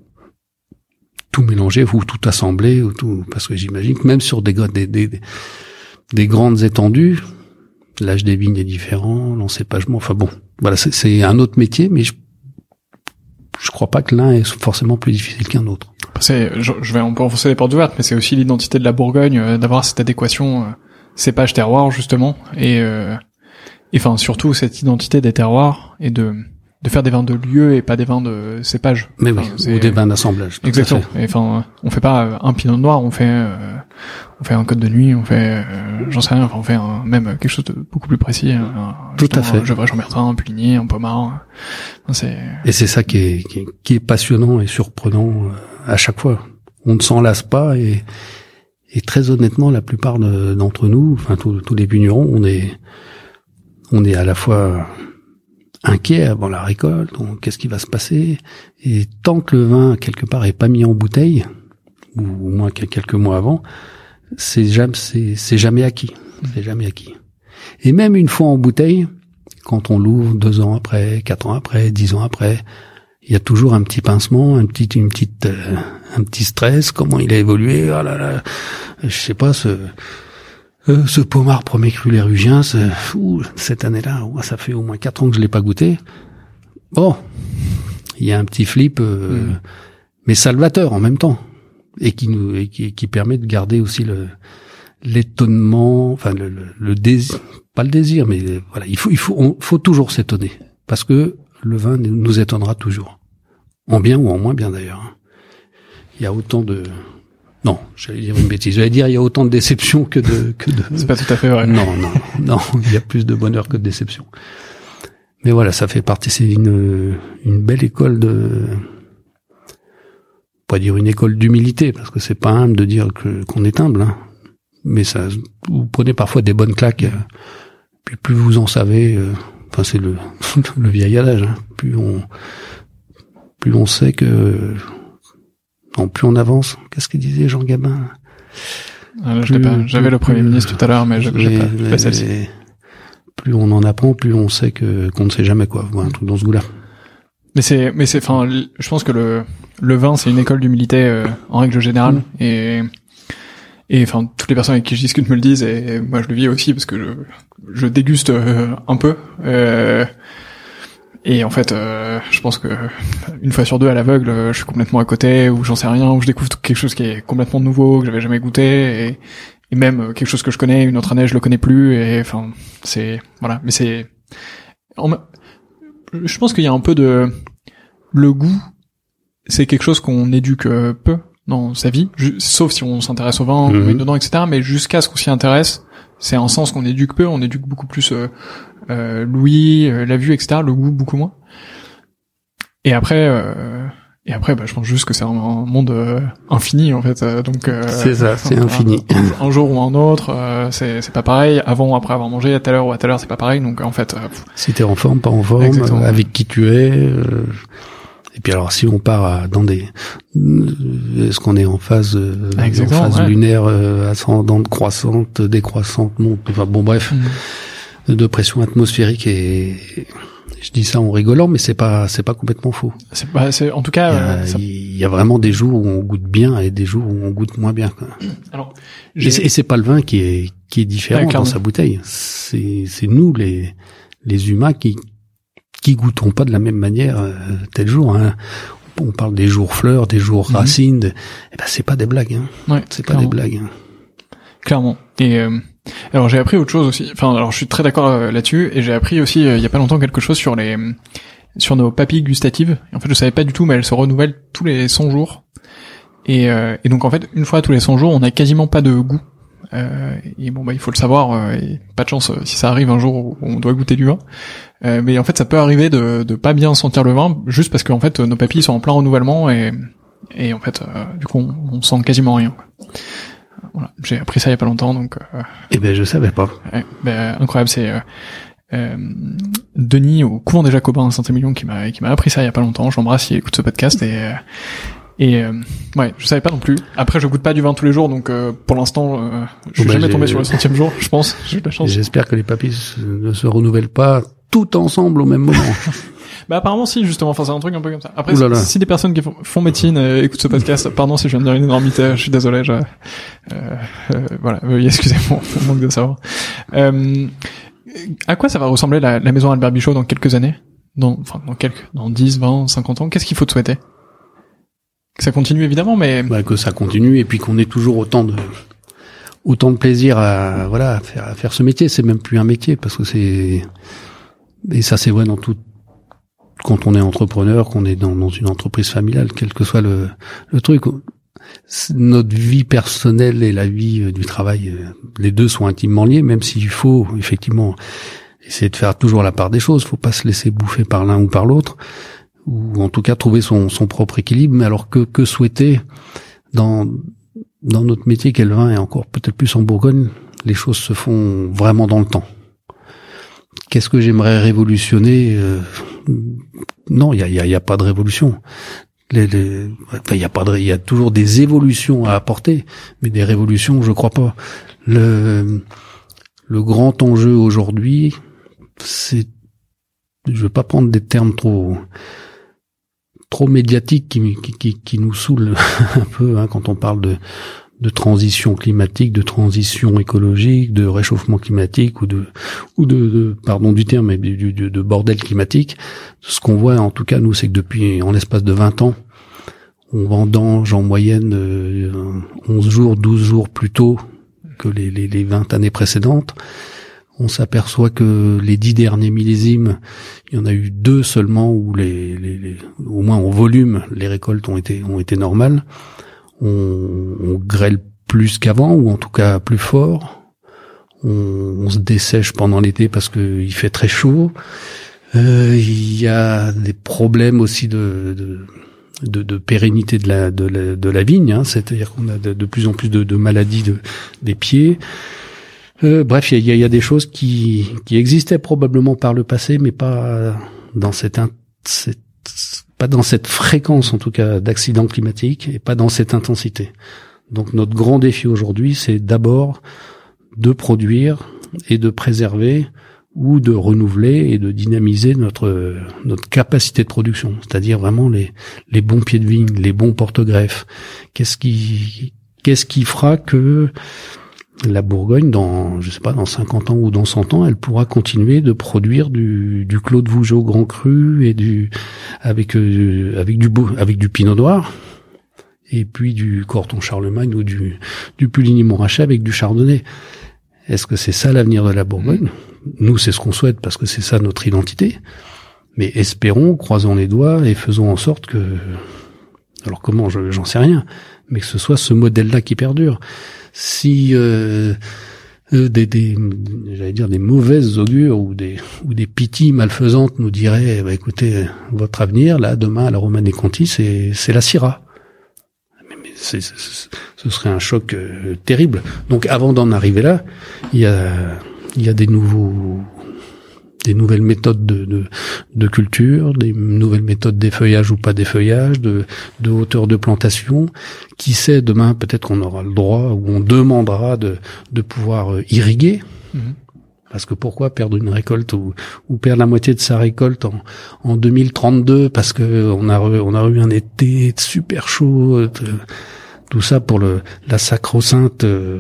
tout mélanger ou tout assembler ou tout, parce que j'imagine que même sur des des des, des grandes étendues, l'âge des vignes est différent, l'encépagement. Enfin bon, voilà, c'est, c'est un autre métier, mais je, je crois pas que l'un est forcément plus difficile qu'un autre. C'est, je, je vais, on peut enfoncer les portes ouvertes, mais c'est aussi l'identité de la Bourgogne, euh, d'avoir cette adéquation euh, cépage terroir justement, et euh, et enfin surtout cette identité des terroirs et de de faire des vins de lieu et pas des vins de cépage. Mais enfin, oui, ou des vins d'assemblage. Exactement. Et enfin, on fait pas un pinot noir, on fait euh, on fait un code de nuit, on fait euh, j'en sais rien, enfin on fait un, même quelque chose de beaucoup plus précis. Un, Tout à fait. Un Gevrey Chambertin, un Puligny, un Pommard. C'est et c'est ça qui est, qui est qui est passionnant et surprenant à chaque fois. On ne s'en lasse pas et et très honnêtement, la plupart de, d'entre nous, enfin tous, tous les vignerons, on est on est à la fois inquiet avant la récolte, donc qu'est-ce qui va se passer? Et tant que le vin quelque part est pas mis en bouteille, ou au moins quelques mois avant, c'est jamais c'est, c'est jamais acquis, c'est jamais acquis. Et même une fois en bouteille, quand on l'ouvre deux ans après, quatre ans après, dix ans après, il y a toujours un petit pincement, un petit une petite euh, un petit stress. Comment il a évolué? Ah là là, je sais pas ce. Euh, ce Pommard premier cru lérugien, fou, cette année-là, ouais, ça fait au moins quatre ans que je l'ai pas goûté. Bon, il y a un petit flip, euh, mmh. mais salvateur en même temps, et qui nous, et qui, qui permet de garder aussi le l'étonnement, enfin le, le, le désir, pas le désir, mais voilà, il faut, il faut, on, faut toujours s'étonner, parce que le vin nous étonnera toujours, en bien ou en moins bien d'ailleurs. Il y a autant de Non, j'allais dire une bêtise. J'allais dire il y a autant de déception que de que de. C'est pas tout à fait vrai. Non, non, non. Il y a plus de bonheur que de déception. Mais voilà, ça fait partie. C'est une une belle école de. Pas dire une école d'humilité parce que c'est pas humble de dire que qu'on est humble. Hein. Mais ça, vous prenez parfois des bonnes claques. Puis plus vous en savez, euh, enfin c'est le le vieil adage. Hein. Plus on plus on sait que. Non, plus on avance. Qu'est-ce qu'il disait Jean Gabin? Ah, là, je plus, pas. J'avais plus, le Premier ministre tout à l'heure, mais je n'ai pas, pas celle-ci. Plus on en apprend, plus on sait que qu'on ne sait jamais quoi. Un truc dans ce goût-là. Mais c'est, mais c'est, enfin, je pense que le le vin c'est une école d'humilité euh, en règle générale, mmh. et et enfin toutes les personnes avec qui je discute me le disent, et moi je le vis aussi parce que je je déguste euh, un peu. Euh, Et en fait, euh, je pense que une fois sur deux à l'aveugle, je suis complètement à côté, ou j'en sais rien, ou je découvre quelque chose qui est complètement nouveau, que j'avais jamais goûté, et, et même quelque chose que je connais, une autre année je le connais plus, et enfin, c'est voilà. Mais c'est, en, je pense qu'il y a un peu de le goût, c'est quelque chose qu'on éduque peu dans sa vie, sauf si on s'intéresse au vin, mmh. on met dedans, et cetera. Mais jusqu'à ce qu'on s'y intéresse, c'est un sens qu'on éduque peu, on éduque beaucoup plus. Euh, Euh, l'ouïe, euh, la vue, et cetera. Le goût beaucoup moins. Et après, euh, et après, bah, je pense juste que c'est un, un monde euh, infini en fait. Euh, donc euh, c'est ça, c'est un, infini. Un, un jour ou un autre, euh, c'est c'est pas pareil. Avant ou après avoir mangé, à telle heure ou à telle heure, c'est pas pareil. Donc en fait, euh, si t'es en forme, pas en forme, euh, avec qui tu es. Euh, et puis alors, si on part à, dans des, est-ce qu'on est en phase, euh, en phase ouais. lunaire euh, ascendante, croissante, décroissante, non, enfin bon bref. Mm. de pression atmosphérique, et je dis ça en rigolant, mais c'est pas c'est pas complètement faux. C'est pas c'est en tout cas il y, a, euh, ça... il y a vraiment des jours où on goûte bien et des jours où on goûte moins bien quoi. Alors et c'est, et c'est pas le vin qui est qui est différent ouais, dans sa bouteille, c'est c'est nous les les humains qui qui goûtons pas de la même manière euh, tel jour hein. On parle des jours fleurs, des jours mm-hmm. racines, de... eh ben c'est pas des blagues hein. Ouais, c'est clairement. pas des blagues. Hein. Clairement. Et euh, alors j'ai appris autre chose aussi. Enfin, alors je suis très d'accord euh, là-dessus, et j'ai appris aussi euh, il y a pas longtemps quelque chose sur les sur nos papilles gustatives. Et en fait, je savais pas du tout, mais elles se renouvellent tous les cent jours. Et, euh, et donc en fait, une fois tous les cent jours, on n'a quasiment pas de goût. Euh, et bon bah il faut le savoir. Euh, et pas de chance euh, si ça arrive un jour où on doit goûter du vin. Euh, mais en fait, ça peut arriver de de pas bien sentir le vin juste parce qu'en fait nos papilles sont en plein renouvellement, et et en fait euh, du coup on, on sent quasiment rien. Voilà, j'ai appris ça il y a pas longtemps, donc. Euh, eh ben, je savais pas. Ouais, ben incroyable, c'est euh, euh, Denis au couvent des Jacobins à Saint-Émilion qui m'a qui m'a appris ça il y a pas longtemps. Je l'embrasse, il écoute ce podcast, et euh, et euh, ouais, je savais pas non plus. Après, je goûte pas du vin tous les jours, donc euh, pour l'instant, euh, je suis oh ben jamais tombé sur le centième jour, je pense. J'ai eu de la chance. J'espère que les papilles ne se renouvellent pas tout ensemble au même moment. Bah apparemment si, justement, enfin c'est un truc un peu comme ça. Après si, si des personnes qui font, font médecine euh, écoutent ce podcast, pardon si je viens de dire une énormité, je suis désolé, je, euh, euh, voilà, veuillez excuser mon, mon manque de savoir. Euh, À quoi ça va ressembler la, la maison Albert Bichot dans quelques années? Dans, enfin, dans quelques, dans dix, vingt, cinquante ans? Qu'est-ce qu'il faut te souhaiter? Que ça continue évidemment, mais... Bah, que ça continue et puis qu'on ait toujours autant de, autant de plaisir à, voilà, à faire, à faire ce métier. C'est même plus un métier parce que c'est, et ça c'est vrai dans tout, quand on est entrepreneur, qu'on est dans, dans une entreprise familiale, quel que soit le, le truc. Notre vie personnelle et la vie du travail, les deux sont intimement liés, même s'il faut effectivement essayer de faire toujours la part des choses. Faut pas se laisser bouffer par l'un ou par l'autre, ou en tout cas trouver son, son propre équilibre. Mais alors que, que souhaiter dans, dans notre métier qu'est le vin et encore peut-être plus en Bourgogne, les choses se font vraiment dans le temps. Qu'est-ce que j'aimerais révolutionner? euh, Non, il y a, y a, y a pas de révolution. Les, les, enfin, il y a pas de, il y a toujours des évolutions à apporter, mais des révolutions, je crois pas. Le, le grand enjeu aujourd'hui, c'est, je veux pas prendre des termes trop, trop médiatiques qui, qui, qui, qui nous saoulent un peu, hein, quand on parle de, de transition climatique, de transition écologique, de réchauffement climatique ou de, ou de, de pardon du terme, mais du, du, de bordel climatique. Ce qu'on voit, en tout cas, nous, c'est que depuis, en l'espace de vingt ans, on vendange en moyenne euh, onze jours, douze jours plus tôt que les, les, les vingt années précédentes. On s'aperçoit que les dix derniers millésimes, il y en a eu deux seulement où les, les, les au moins en volume, les récoltes ont été, ont été normales. On, on grêle plus qu'avant, ou en tout cas plus fort. On, on se dessèche pendant l'été parce que il fait très chaud. Euh, il y a des problèmes aussi de, de, de, de pérennité de la, de la, de la vigne, hein, c'est-à-dire qu'on a de, de plus en plus de, de maladies de, des pieds. Euh, bref, il y a, il y a des choses qui, qui existaient probablement par le passé, mais pas dans cette, cette pas dans cette fréquence en tout cas d'accidents climatiques et pas dans cette intensité. Donc notre grand défi aujourd'hui, c'est d'abord de produire et de préserver ou de renouveler et de dynamiser notre notre capacité de production, c'est-à-dire vraiment les les bons pieds de vigne, les bons porte-greffes. Qu'est-ce qui qu'est-ce qui fera que la Bourgogne, dans, je sais pas, dans cinquante ans ou dans cent ans, elle pourra continuer de produire du, du Claude Vougeot Grand Cru et du, avec, euh, avec du beau, avec du Pinot Noir, et puis du Corton Charlemagne ou du, du Puligny-Montrachet avec du Chardonnay. Est-ce que c'est ça l'avenir de la Bourgogne? Nous, c'est ce qu'on souhaite parce que c'est ça notre identité. Mais espérons, croisons les doigts et faisons en sorte que, alors comment, je, j'en sais rien, mais que ce soit ce modèle-là qui perdure. Si euh, euh, des, des, j'allais dire des mauvaises augures ou des ou des pities malfaisantes nous diraient, bah, écoutez, votre avenir là, demain à la Romanée Conti, c'est c'est la Syrah. Mais, mais c'est, c'est, ce serait un choc euh, terrible. Donc avant d'en arriver là, il y a il y a des nouveaux des nouvelles méthodes de, de, de culture, des nouvelles méthodes d'effeuillage ou pas d'effeuillage, de, de hauteur de plantation. Qui sait, demain, peut-être qu'on aura le droit ou on demandera de, de pouvoir irriguer. Mmh. Parce que pourquoi perdre une récolte ou, ou perdre la moitié de sa récolte en, en deux mille trente-deux parce que on a, on a eu un été super chaud, de, tout ça pour le, la sacro-sainte euh,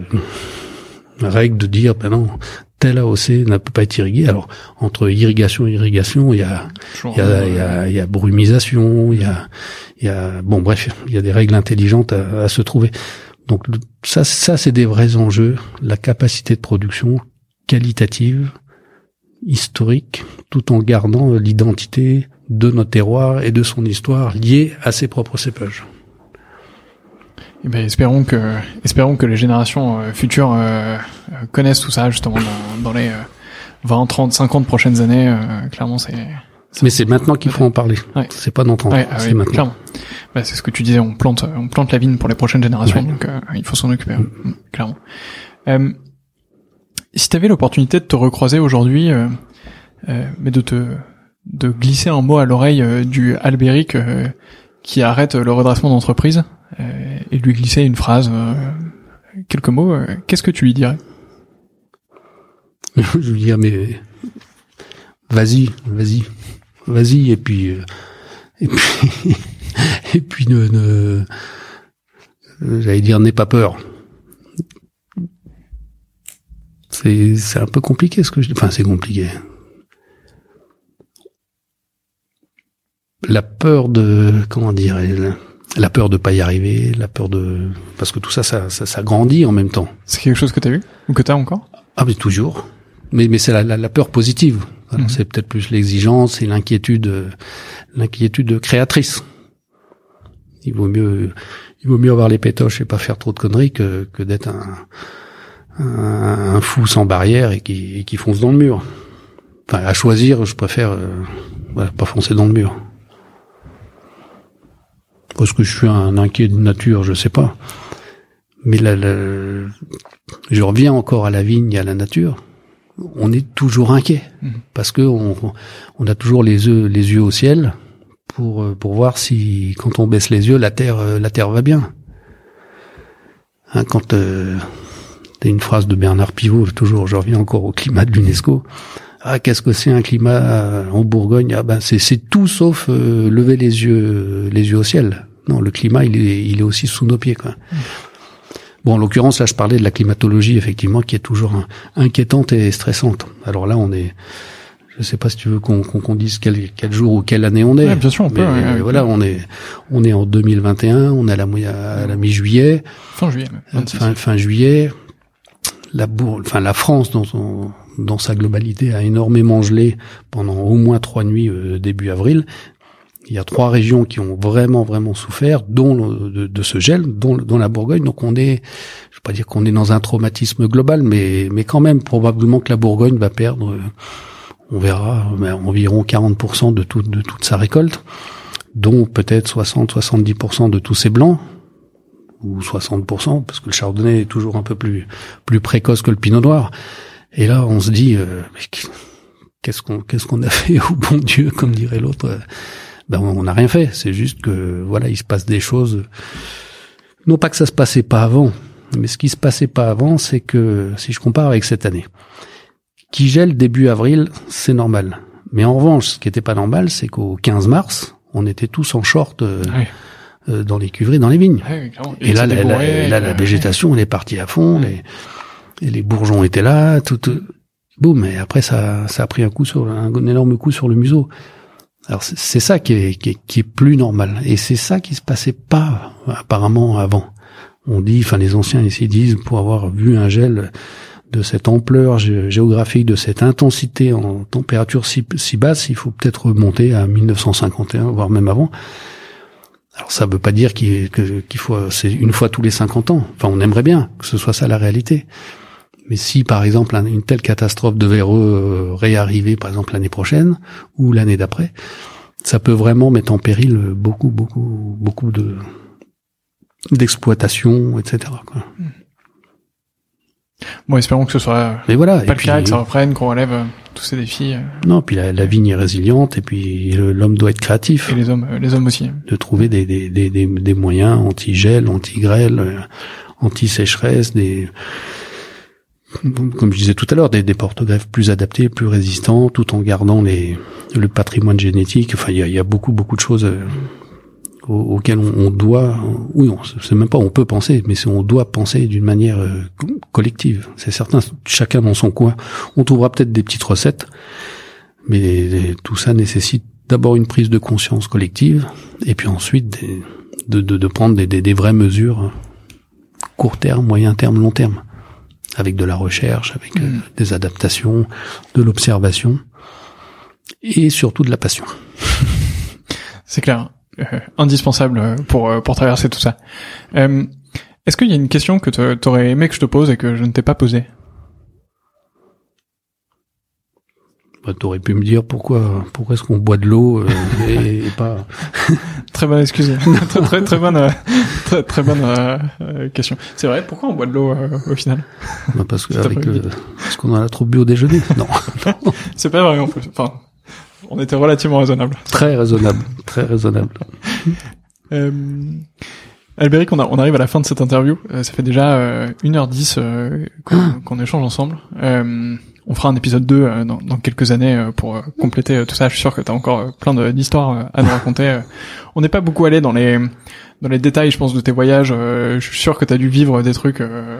règle de dire, ben non, tel A O C ne peut pas être irrigué. Alors, entre irrigation et irrigation, il y a, il y a, il y a, il y a brumisation, il y a, il y a, bon, bref, il y a des règles intelligentes à, à se trouver. Donc, ça, ça, c'est des vrais enjeux. La capacité de production qualitative, historique, tout en gardant l'identité de notre terroir et de son histoire liée à ses propres cépages. Eh ben, espérons que, espérons que les générations euh, futures euh, connaissent tout ça justement dans, dans les euh, vingt, trente, cinquante prochaines années. Euh, clairement, c'est. Mais c'est maintenant qu'il faut en parler. Ouais. C'est pas dans trente ans. Ouais, ah c'est oui, maintenant. Clairement. Bah, c'est ce que tu disais. On plante, on plante la vigne pour les prochaines générations. Ouais. Donc, euh, il faut s'en occuper. Mmh. Mmh, clairement. Euh, si t'avais l'opportunité de te recroiser aujourd'hui, euh, euh, mais de te, de glisser un mot à l'oreille euh, du Albéric euh, qui arrête le redressement d'entreprise. Euh, et lui glisser une phrase, euh, quelques mots, euh, qu'est-ce que tu lui dirais? Je lui dirais, mais vas-y, vas-y, vas-y, et puis, euh, et puis, et puis ne, ne, j'allais dire, n'aie pas peur. C'est c'est, c'est un peu compliqué ce que je dis. Enfin, c'est compliqué. La peur de, comment dire, la peur de pas y arriver, la peur de, parce que tout ça, ça, ça, ça grandit en même temps. C'est quelque chose que t'as eu ou que t'as encore? Ah, mais toujours. Mais, mais c'est la, la, la peur positive. Alors, mmh. C'est peut-être plus l'exigence et l'inquiétude, l'inquiétude créatrice. Il vaut mieux, il vaut mieux avoir les pétoches et pas faire trop de conneries que, que d'être un, un, un fou sans barrière et qui, et qui fonce dans le mur. Enfin, à choisir, je préfère, euh, voilà, pas foncer dans le mur. Parce que je suis un inquiet de nature, je sais pas. Mais là, là, je reviens encore à la vigne et à la nature. On est toujours inquiet. Mmh. Parce que on, on a toujours les yeux, les yeux au ciel pour, pour voir si, quand on baisse les yeux, la terre, la terre va bien. Hein, quand, euh, t'as une phrase de Bernard Pivot, toujours, je reviens encore au climat de l'UNESCO. Ah, qu'est-ce que c'est un climat en Bourgogne? Ah ben c'est c'est tout sauf euh, lever les yeux les yeux au ciel. Non, le climat il est il est aussi sous nos pieds quoi. Mmh. Bon, en l'occurrence là, je parlais de la climatologie effectivement qui est toujours un, inquiétante et stressante. Alors là, on est, je sais pas si tu veux qu'on qu'on, qu'on dise quel quel jour ou quelle année on est. Ouais, bien sûr, on peut. Mais, ouais, voilà, on est on est en deux mille vingt et un, on est à la à la mi-juillet. Fin juillet. Même, fin fin juillet. La bourg, enfin la France dans son dans sa globalité a énormément gelé pendant au moins trois nuits euh, début avril. Il y a trois régions qui ont vraiment vraiment souffert, dont le, de, de ce gel, dont, dont la Bourgogne. Donc on est, je vais pas dire qu'on est dans un traumatisme global, mais mais quand même probablement que la Bourgogne va perdre, euh, on verra, ben, environ quarante pour cent de tout, de toute sa récolte, dont peut-être soixante à soixante-dix pour cent de tous ses blancs. Ou soixante pour cent, parce que le chardonnay est toujours un peu plus plus précoce que le pinot noir. Et là, on se dit, euh, qu'est-ce qu'on qu'est-ce qu'on a fait au bon Dieu, comme dirait l'autre. Ben, on n'a rien fait. C'est juste que voilà, il se passe des choses. Non pas que ça se passait pas avant, mais ce qui se passait pas avant, c'est que si je compare avec cette année, qui gèle début avril, c'est normal. Mais en revanche, ce qui était pas normal, c'est qu'au quinze mars, on était tous en short. Euh, oui. Dans les cuveries, dans les vignes. Ouais, et, et là, la, la, là, la végétation, elle est partie à fond, les, et les bourgeons étaient là, tout, tout boum, et après, ça, ça a pris un coup sur, un, un énorme coup sur le museau. Alors, c'est, c'est ça qui est, qui est, qui est plus normal. Et c'est ça qui se passait pas, apparemment, avant. On dit, enfin, les anciens ici disent, pour avoir vu un gel de cette ampleur gé- géographique, de cette intensité en température si, si basse, il faut peut-être remonter à mille neuf cent cinquante et un, voire même avant. Alors ça veut pas dire qu'il, que, qu'il faut, c'est une fois tous les cinquante ans. Enfin, on aimerait bien que ce soit ça la réalité. Mais si, par exemple, une telle catastrophe devait re, réarriver, par exemple, l'année prochaine, ou l'année d'après, ça peut vraiment mettre en péril beaucoup, beaucoup, beaucoup de, d'exploitation, et cetera, quoi. Bon, espérons que ce soit Mais voilà, pas le cas, que ça reprenne, qu'on relève euh, tous ces défis. Euh. Non, puis la, la vigne est résiliente, et puis le, l'homme doit être créatif. Et les hommes, euh, les hommes aussi. De trouver des, des, des, des, des moyens anti-gel, anti-grêle, euh, anti-sécheresse, des, comme je disais tout à l'heure, des, des porte-greffes plus adaptés, plus résistants, tout en gardant les, le patrimoine génétique. Enfin, il y a, il y a beaucoup, beaucoup de choses euh, auxquelles on, on doit, oui, on, c'est même pas on peut penser, mais c'est on doit penser d'une manière euh, collective. C'est certain, chacun dans son coin. On trouvera peut-être des petites recettes, mais tout ça nécessite d'abord une prise de conscience collective, et puis ensuite des, de, de, de prendre des, des, des vraies mesures court terme, moyen terme, long terme, avec de la recherche, avec mmh. euh, des adaptations, de l'observation, et surtout de la passion. C'est clair. Euh, indispensable pour euh, pour traverser tout ça. Euh, est-ce qu'il y a une question que t'aurais aimé que je te pose et que je ne t'ai pas posée? Bah, t'aurais pu me dire pourquoi pourquoi est-ce qu'on boit de l'eau euh, et, et pas. Très bonne excuse. très très très bonne euh, très très bonne euh, euh, question. C'est vrai, pourquoi on boit de l'eau euh, au final? Bah parce que avec le, parce qu'on en a trop bu au déjeuner. Non. C'est pas vrai en plus. Enfin. On était relativement raisonnable. Très raisonnable, très raisonnable. euh, Albéric, on, a, on arrive à la fin de cette interview. Euh, ça fait déjà euh, une heure dix euh, qu'on, ah. qu'on échange ensemble. Euh, on fera un épisode deux euh, dans, dans quelques années euh, pour euh, compléter euh, tout ça. Je suis sûr que tu as encore euh, plein de, d'histoires euh, à nous raconter. Euh, on n'est pas beaucoup allé dans les dans les détails, je pense, de tes voyages. Euh, je suis sûr que tu as dû vivre des trucs... Euh,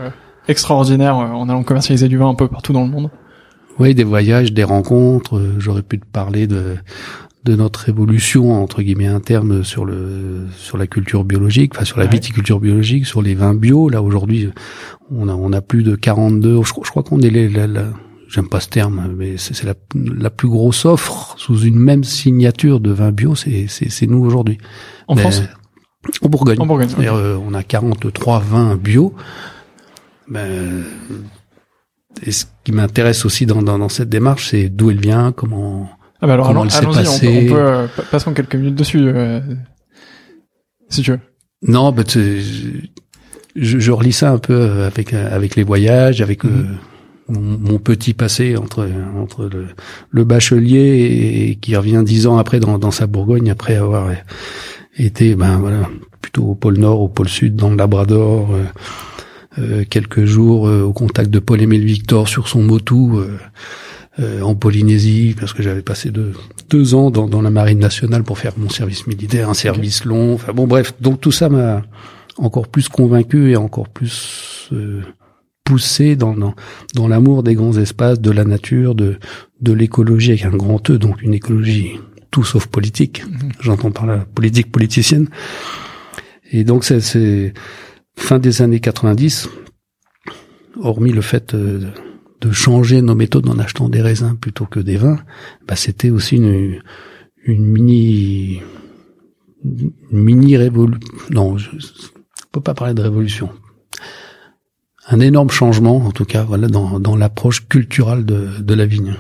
extraordinaires en allant commercialiser du vin un peu partout dans le monde. Oui, des voyages, des rencontres. J'aurais pu te parler de de notre évolution entre guillemets interne sur le sur la culture biologique, enfin sur la ouais. viticulture biologique, sur les vins bio. Là aujourd'hui, on a on a plus de quarante-deux. Je, je crois qu'on est les, la, la, j'aime pas ce terme, mais c'est, c'est la la plus grosse offre sous une même signature de vins bio. C'est c'est c'est nous aujourd'hui. En mais, France. En Bourgogne. En Bourgogne. Okay. Euh, on a quarante-trois vins bio. Ben, et ce qui m'intéresse aussi dans, dans, dans cette démarche, c'est d'où elle vient, comment, ah bah alors, comment allons, elle s'est passée. On peut, on peut euh, passons quelques minutes dessus, euh, si tu veux. Non, bah, je, je relis ça un peu avec avec les voyages, avec mm-hmm. euh, mon, mon petit passé entre entre le, le bachelier et qui revient dix ans après dans, dans sa Bourgogne après avoir été, ben voilà, plutôt au pôle Nord, au pôle Sud, dans le Labrador. Euh, Euh, quelques jours euh, au contact de Paul-Émile Victor sur son motu euh, euh, en Polynésie, parce que j'avais passé deux, deux ans dans, dans la marine nationale pour faire mon service militaire, un service okay. long. Enfin bon, bref, donc tout ça m'a encore plus convaincu et encore plus euh, poussé dans, dans dans l'amour des grands espaces, de la nature, de de l'écologie avec un grand E, donc une écologie tout sauf politique. Mm-hmm. J'entends par la politique politicienne. Et donc c'est c'est fin des années quatre-vingt-dix, hormis le fait de, de changer nos méthodes en achetant des raisins plutôt que des vins, bah c'était aussi une, une mini, une mini révolution. Non, je, je peux pas parler de révolution. Un énorme changement, en tout cas, voilà, dans, dans l'approche culturelle de, de la vigne.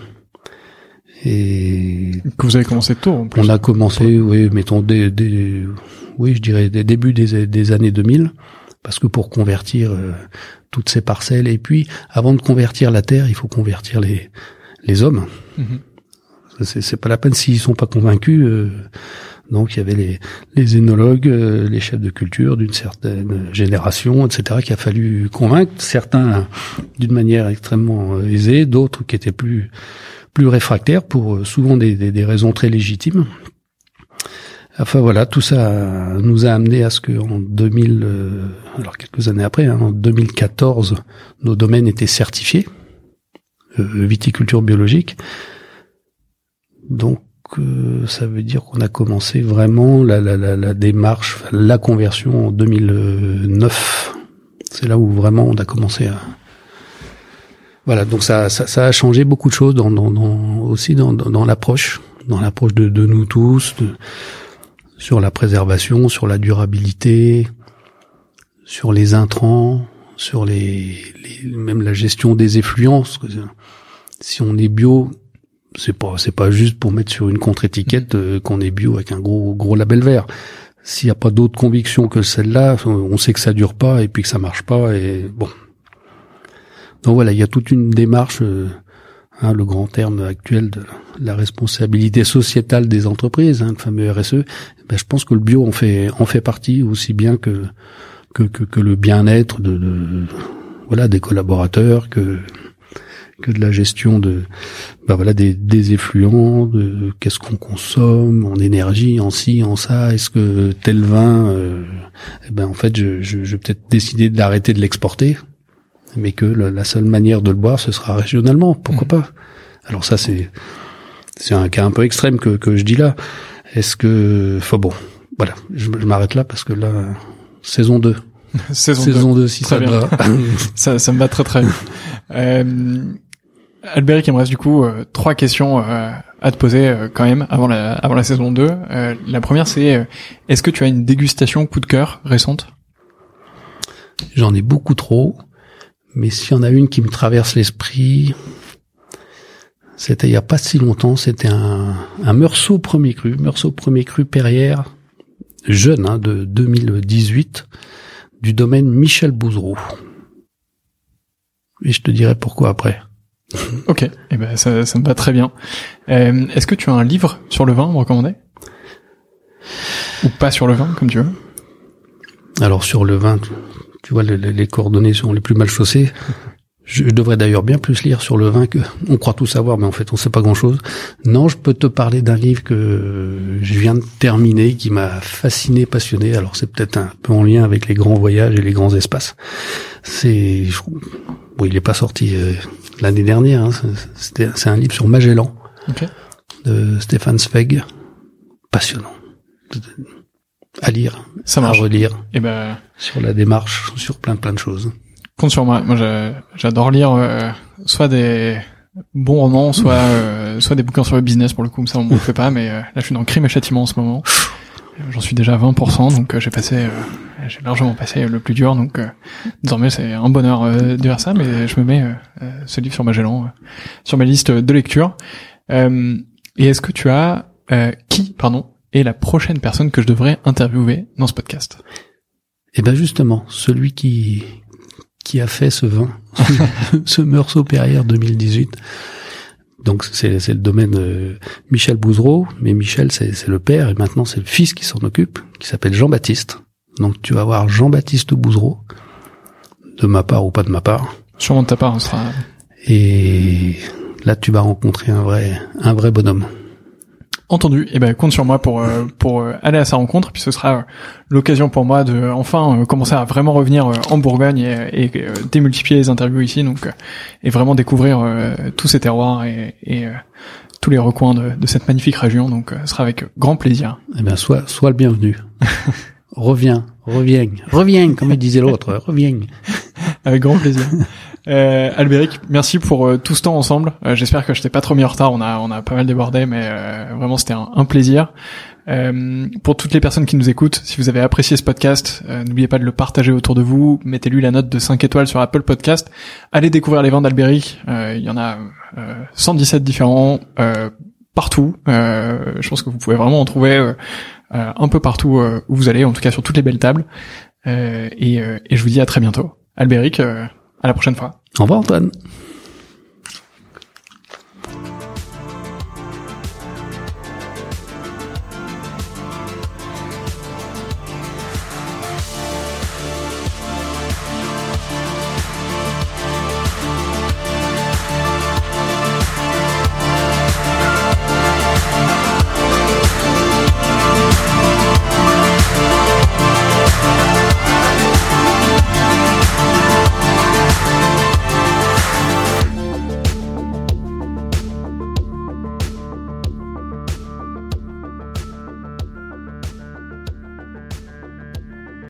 Et que vous avez commencé tôt, en plus. On a commencé, oui, mettons des, des, oui, je dirais des débuts des, des années deux mille. Parce que pour convertir euh, toutes ces parcelles, et puis avant de convertir la terre, il faut convertir les les hommes. Mm-hmm. C'est, c'est pas la peine s'ils sont pas convaincus. Euh, donc il y avait les les énologues, euh, les chefs de culture d'une certaine génération, et cetera, qu'il a fallu convaincre. Certains d'une manière extrêmement aisée, d'autres qui étaient plus plus réfractaires pour euh, souvent des, des des raisons très légitimes. Enfin voilà, tout ça nous a amené à ce que en deux mille, euh, alors quelques années après, hein, en deux mille quatorze, nos domaines étaient certifiés euh, viticulture biologique. Donc euh, ça veut dire qu'on a commencé vraiment la, la, la, la démarche, la conversion en deux mille neuf. C'est là où vraiment on a commencé à voilà. Donc ça, ça, ça a changé beaucoup de choses dans, dans, dans aussi dans, dans, dans l'approche, dans l'approche de, de nous tous. De, sur la préservation, sur la durabilité, sur les intrants, sur les, les même la gestion des effluents. Si on est bio, c'est pas c'est pas juste pour mettre sur une contre-étiquette euh, qu'on est bio avec un gros gros label vert. S'il y a pas d'autre conviction que celle-là, on sait que ça dure pas et puis que ça marche pas et bon. Donc voilà, il y a toute une démarche. Euh, Hein, le grand terme actuel de la responsabilité sociétale des entreprises, hein, le fameux R S E, ben, je pense que le bio en fait en fait partie aussi bien que que que, que le bien-être de, de, de voilà des collaborateurs, que que de la gestion de ben voilà des des effluents, de qu'est-ce qu'on consomme en énergie, en ci, en ça. Est-ce que tel vin, euh, eh ben en fait je je, je vais peut-être décider d'arrêter de l'exporter. Mais que le, la seule manière de le boire, ce sera régionalement. Pourquoi mmh. pas? Alors ça, c'est c'est un cas un peu extrême que que je dis là. Est-ce que... Enfin bon, voilà, je, je m'arrête là parce que là, saison deux. saison, saison deux, si très ça bien. va. ça, ça me va très très bien. Euh, Albéric, il me reste du coup euh, trois questions euh, à te poser euh, quand même avant la, avant la saison deux. Euh, la première, c'est euh, est-ce que tu as une dégustation coup de cœur récente? J'en ai beaucoup trop. Mais s'il y en a une qui me traverse l'esprit, c'était il y a pas si longtemps, c'était un, un Meursault premier cru, Meursault premier cru Perrières, jeune, hein, de deux mille dix-huit, du domaine Michel Bouzereau. Et je te dirai pourquoi après. Ok, eh ben ça, ça me va très bien. Euh, est-ce que tu as un livre sur le vin à me recommander? Ou pas sur le vin, comme tu veux? Alors sur le vin... Tu vois, les, les coordonnées sont les plus mal chaussées. Je devrais d'ailleurs bien plus lire sur le vin que on croit tout savoir, mais en fait on sait pas grand-chose. Non, je peux te parler d'un livre que je viens de terminer, qui m'a fasciné, passionné. Alors c'est peut-être un peu en lien avec les grands voyages et les grands espaces. C'est, je... bon, il est pas sorti euh, l'année dernière. Hein. C'était, c'est un livre sur Magellan, okay. de Stefan Zweig. Passionnant. À lire, ça à relire. Et ben, sur la démarche, sur plein plein de choses. Compte sur moi. Moi, j'adore lire euh, soit des bons romans, soit euh, soit des bouquins sur le business. Pour le coup, ça on me le fait pas. Mais euh, là, je suis dans Crime et Châtiment en ce moment. J'en suis déjà à vingt pour cent, donc euh, j'ai passé, euh, j'ai largement passé le plus dur. Donc euh, désormais, c'est un bonheur euh, de faire ça. Mais je me mets euh, ce livre sur Magellan euh, sur ma liste de lecture. Euh, et est-ce que tu as euh, qui, pardon, est la prochaine personne que je devrais interviewer dans ce podcast? Eh ben justement, celui qui qui a fait ce vin, ce Meursault Perrières deux mille dix-huit. Donc c'est c'est le domaine de Michel Bouzereau, mais Michel c'est c'est le père et maintenant c'est le fils qui s'en occupe, qui s'appelle Jean-Baptiste. Donc tu vas voir Jean-Baptiste Bouzereau, de ma part ou pas de ma part. Sûrement de ta part, on sera. Et là tu vas rencontrer un vrai un vrai bonhomme. Entendu. Et ben compte sur moi pour euh, pour euh, aller à sa rencontre, puis ce sera euh, l'occasion pour moi de enfin euh, commencer à vraiment revenir euh, en Bourgogne et, et euh, démultiplier les interviews ici, donc euh, et vraiment découvrir euh, tous ces terroirs et, et euh, tous les recoins de, de cette magnifique région. Donc euh, ce sera avec grand plaisir. Eh ben sois sois le bienvenu. Reviens, reviens, reviens, comme disait l'autre, reviens. Avec grand plaisir. Euh, Albéric, merci pour euh, tout ce temps ensemble. Euh, j'espère que je t'ai pas trop mis en retard. On a, on a pas mal débordé, mais euh, vraiment c'était un, un plaisir. Euh, pour toutes les personnes qui nous écoutent, si vous avez apprécié ce podcast, euh, n'oubliez pas de le partager autour de vous. Mettez-lui la note de cinq étoiles sur Apple Podcast. Allez découvrir les vins d'Albéric. Euh, il y en a euh, cent dix-sept différents euh, partout. Euh, je pense que vous pouvez vraiment en trouver euh, euh, un peu partout euh, où vous allez, en tout cas sur toutes les belles tables. Euh, et, euh, et je vous dis à très bientôt. Albéric, euh, à la prochaine fois. Au revoir Antoine.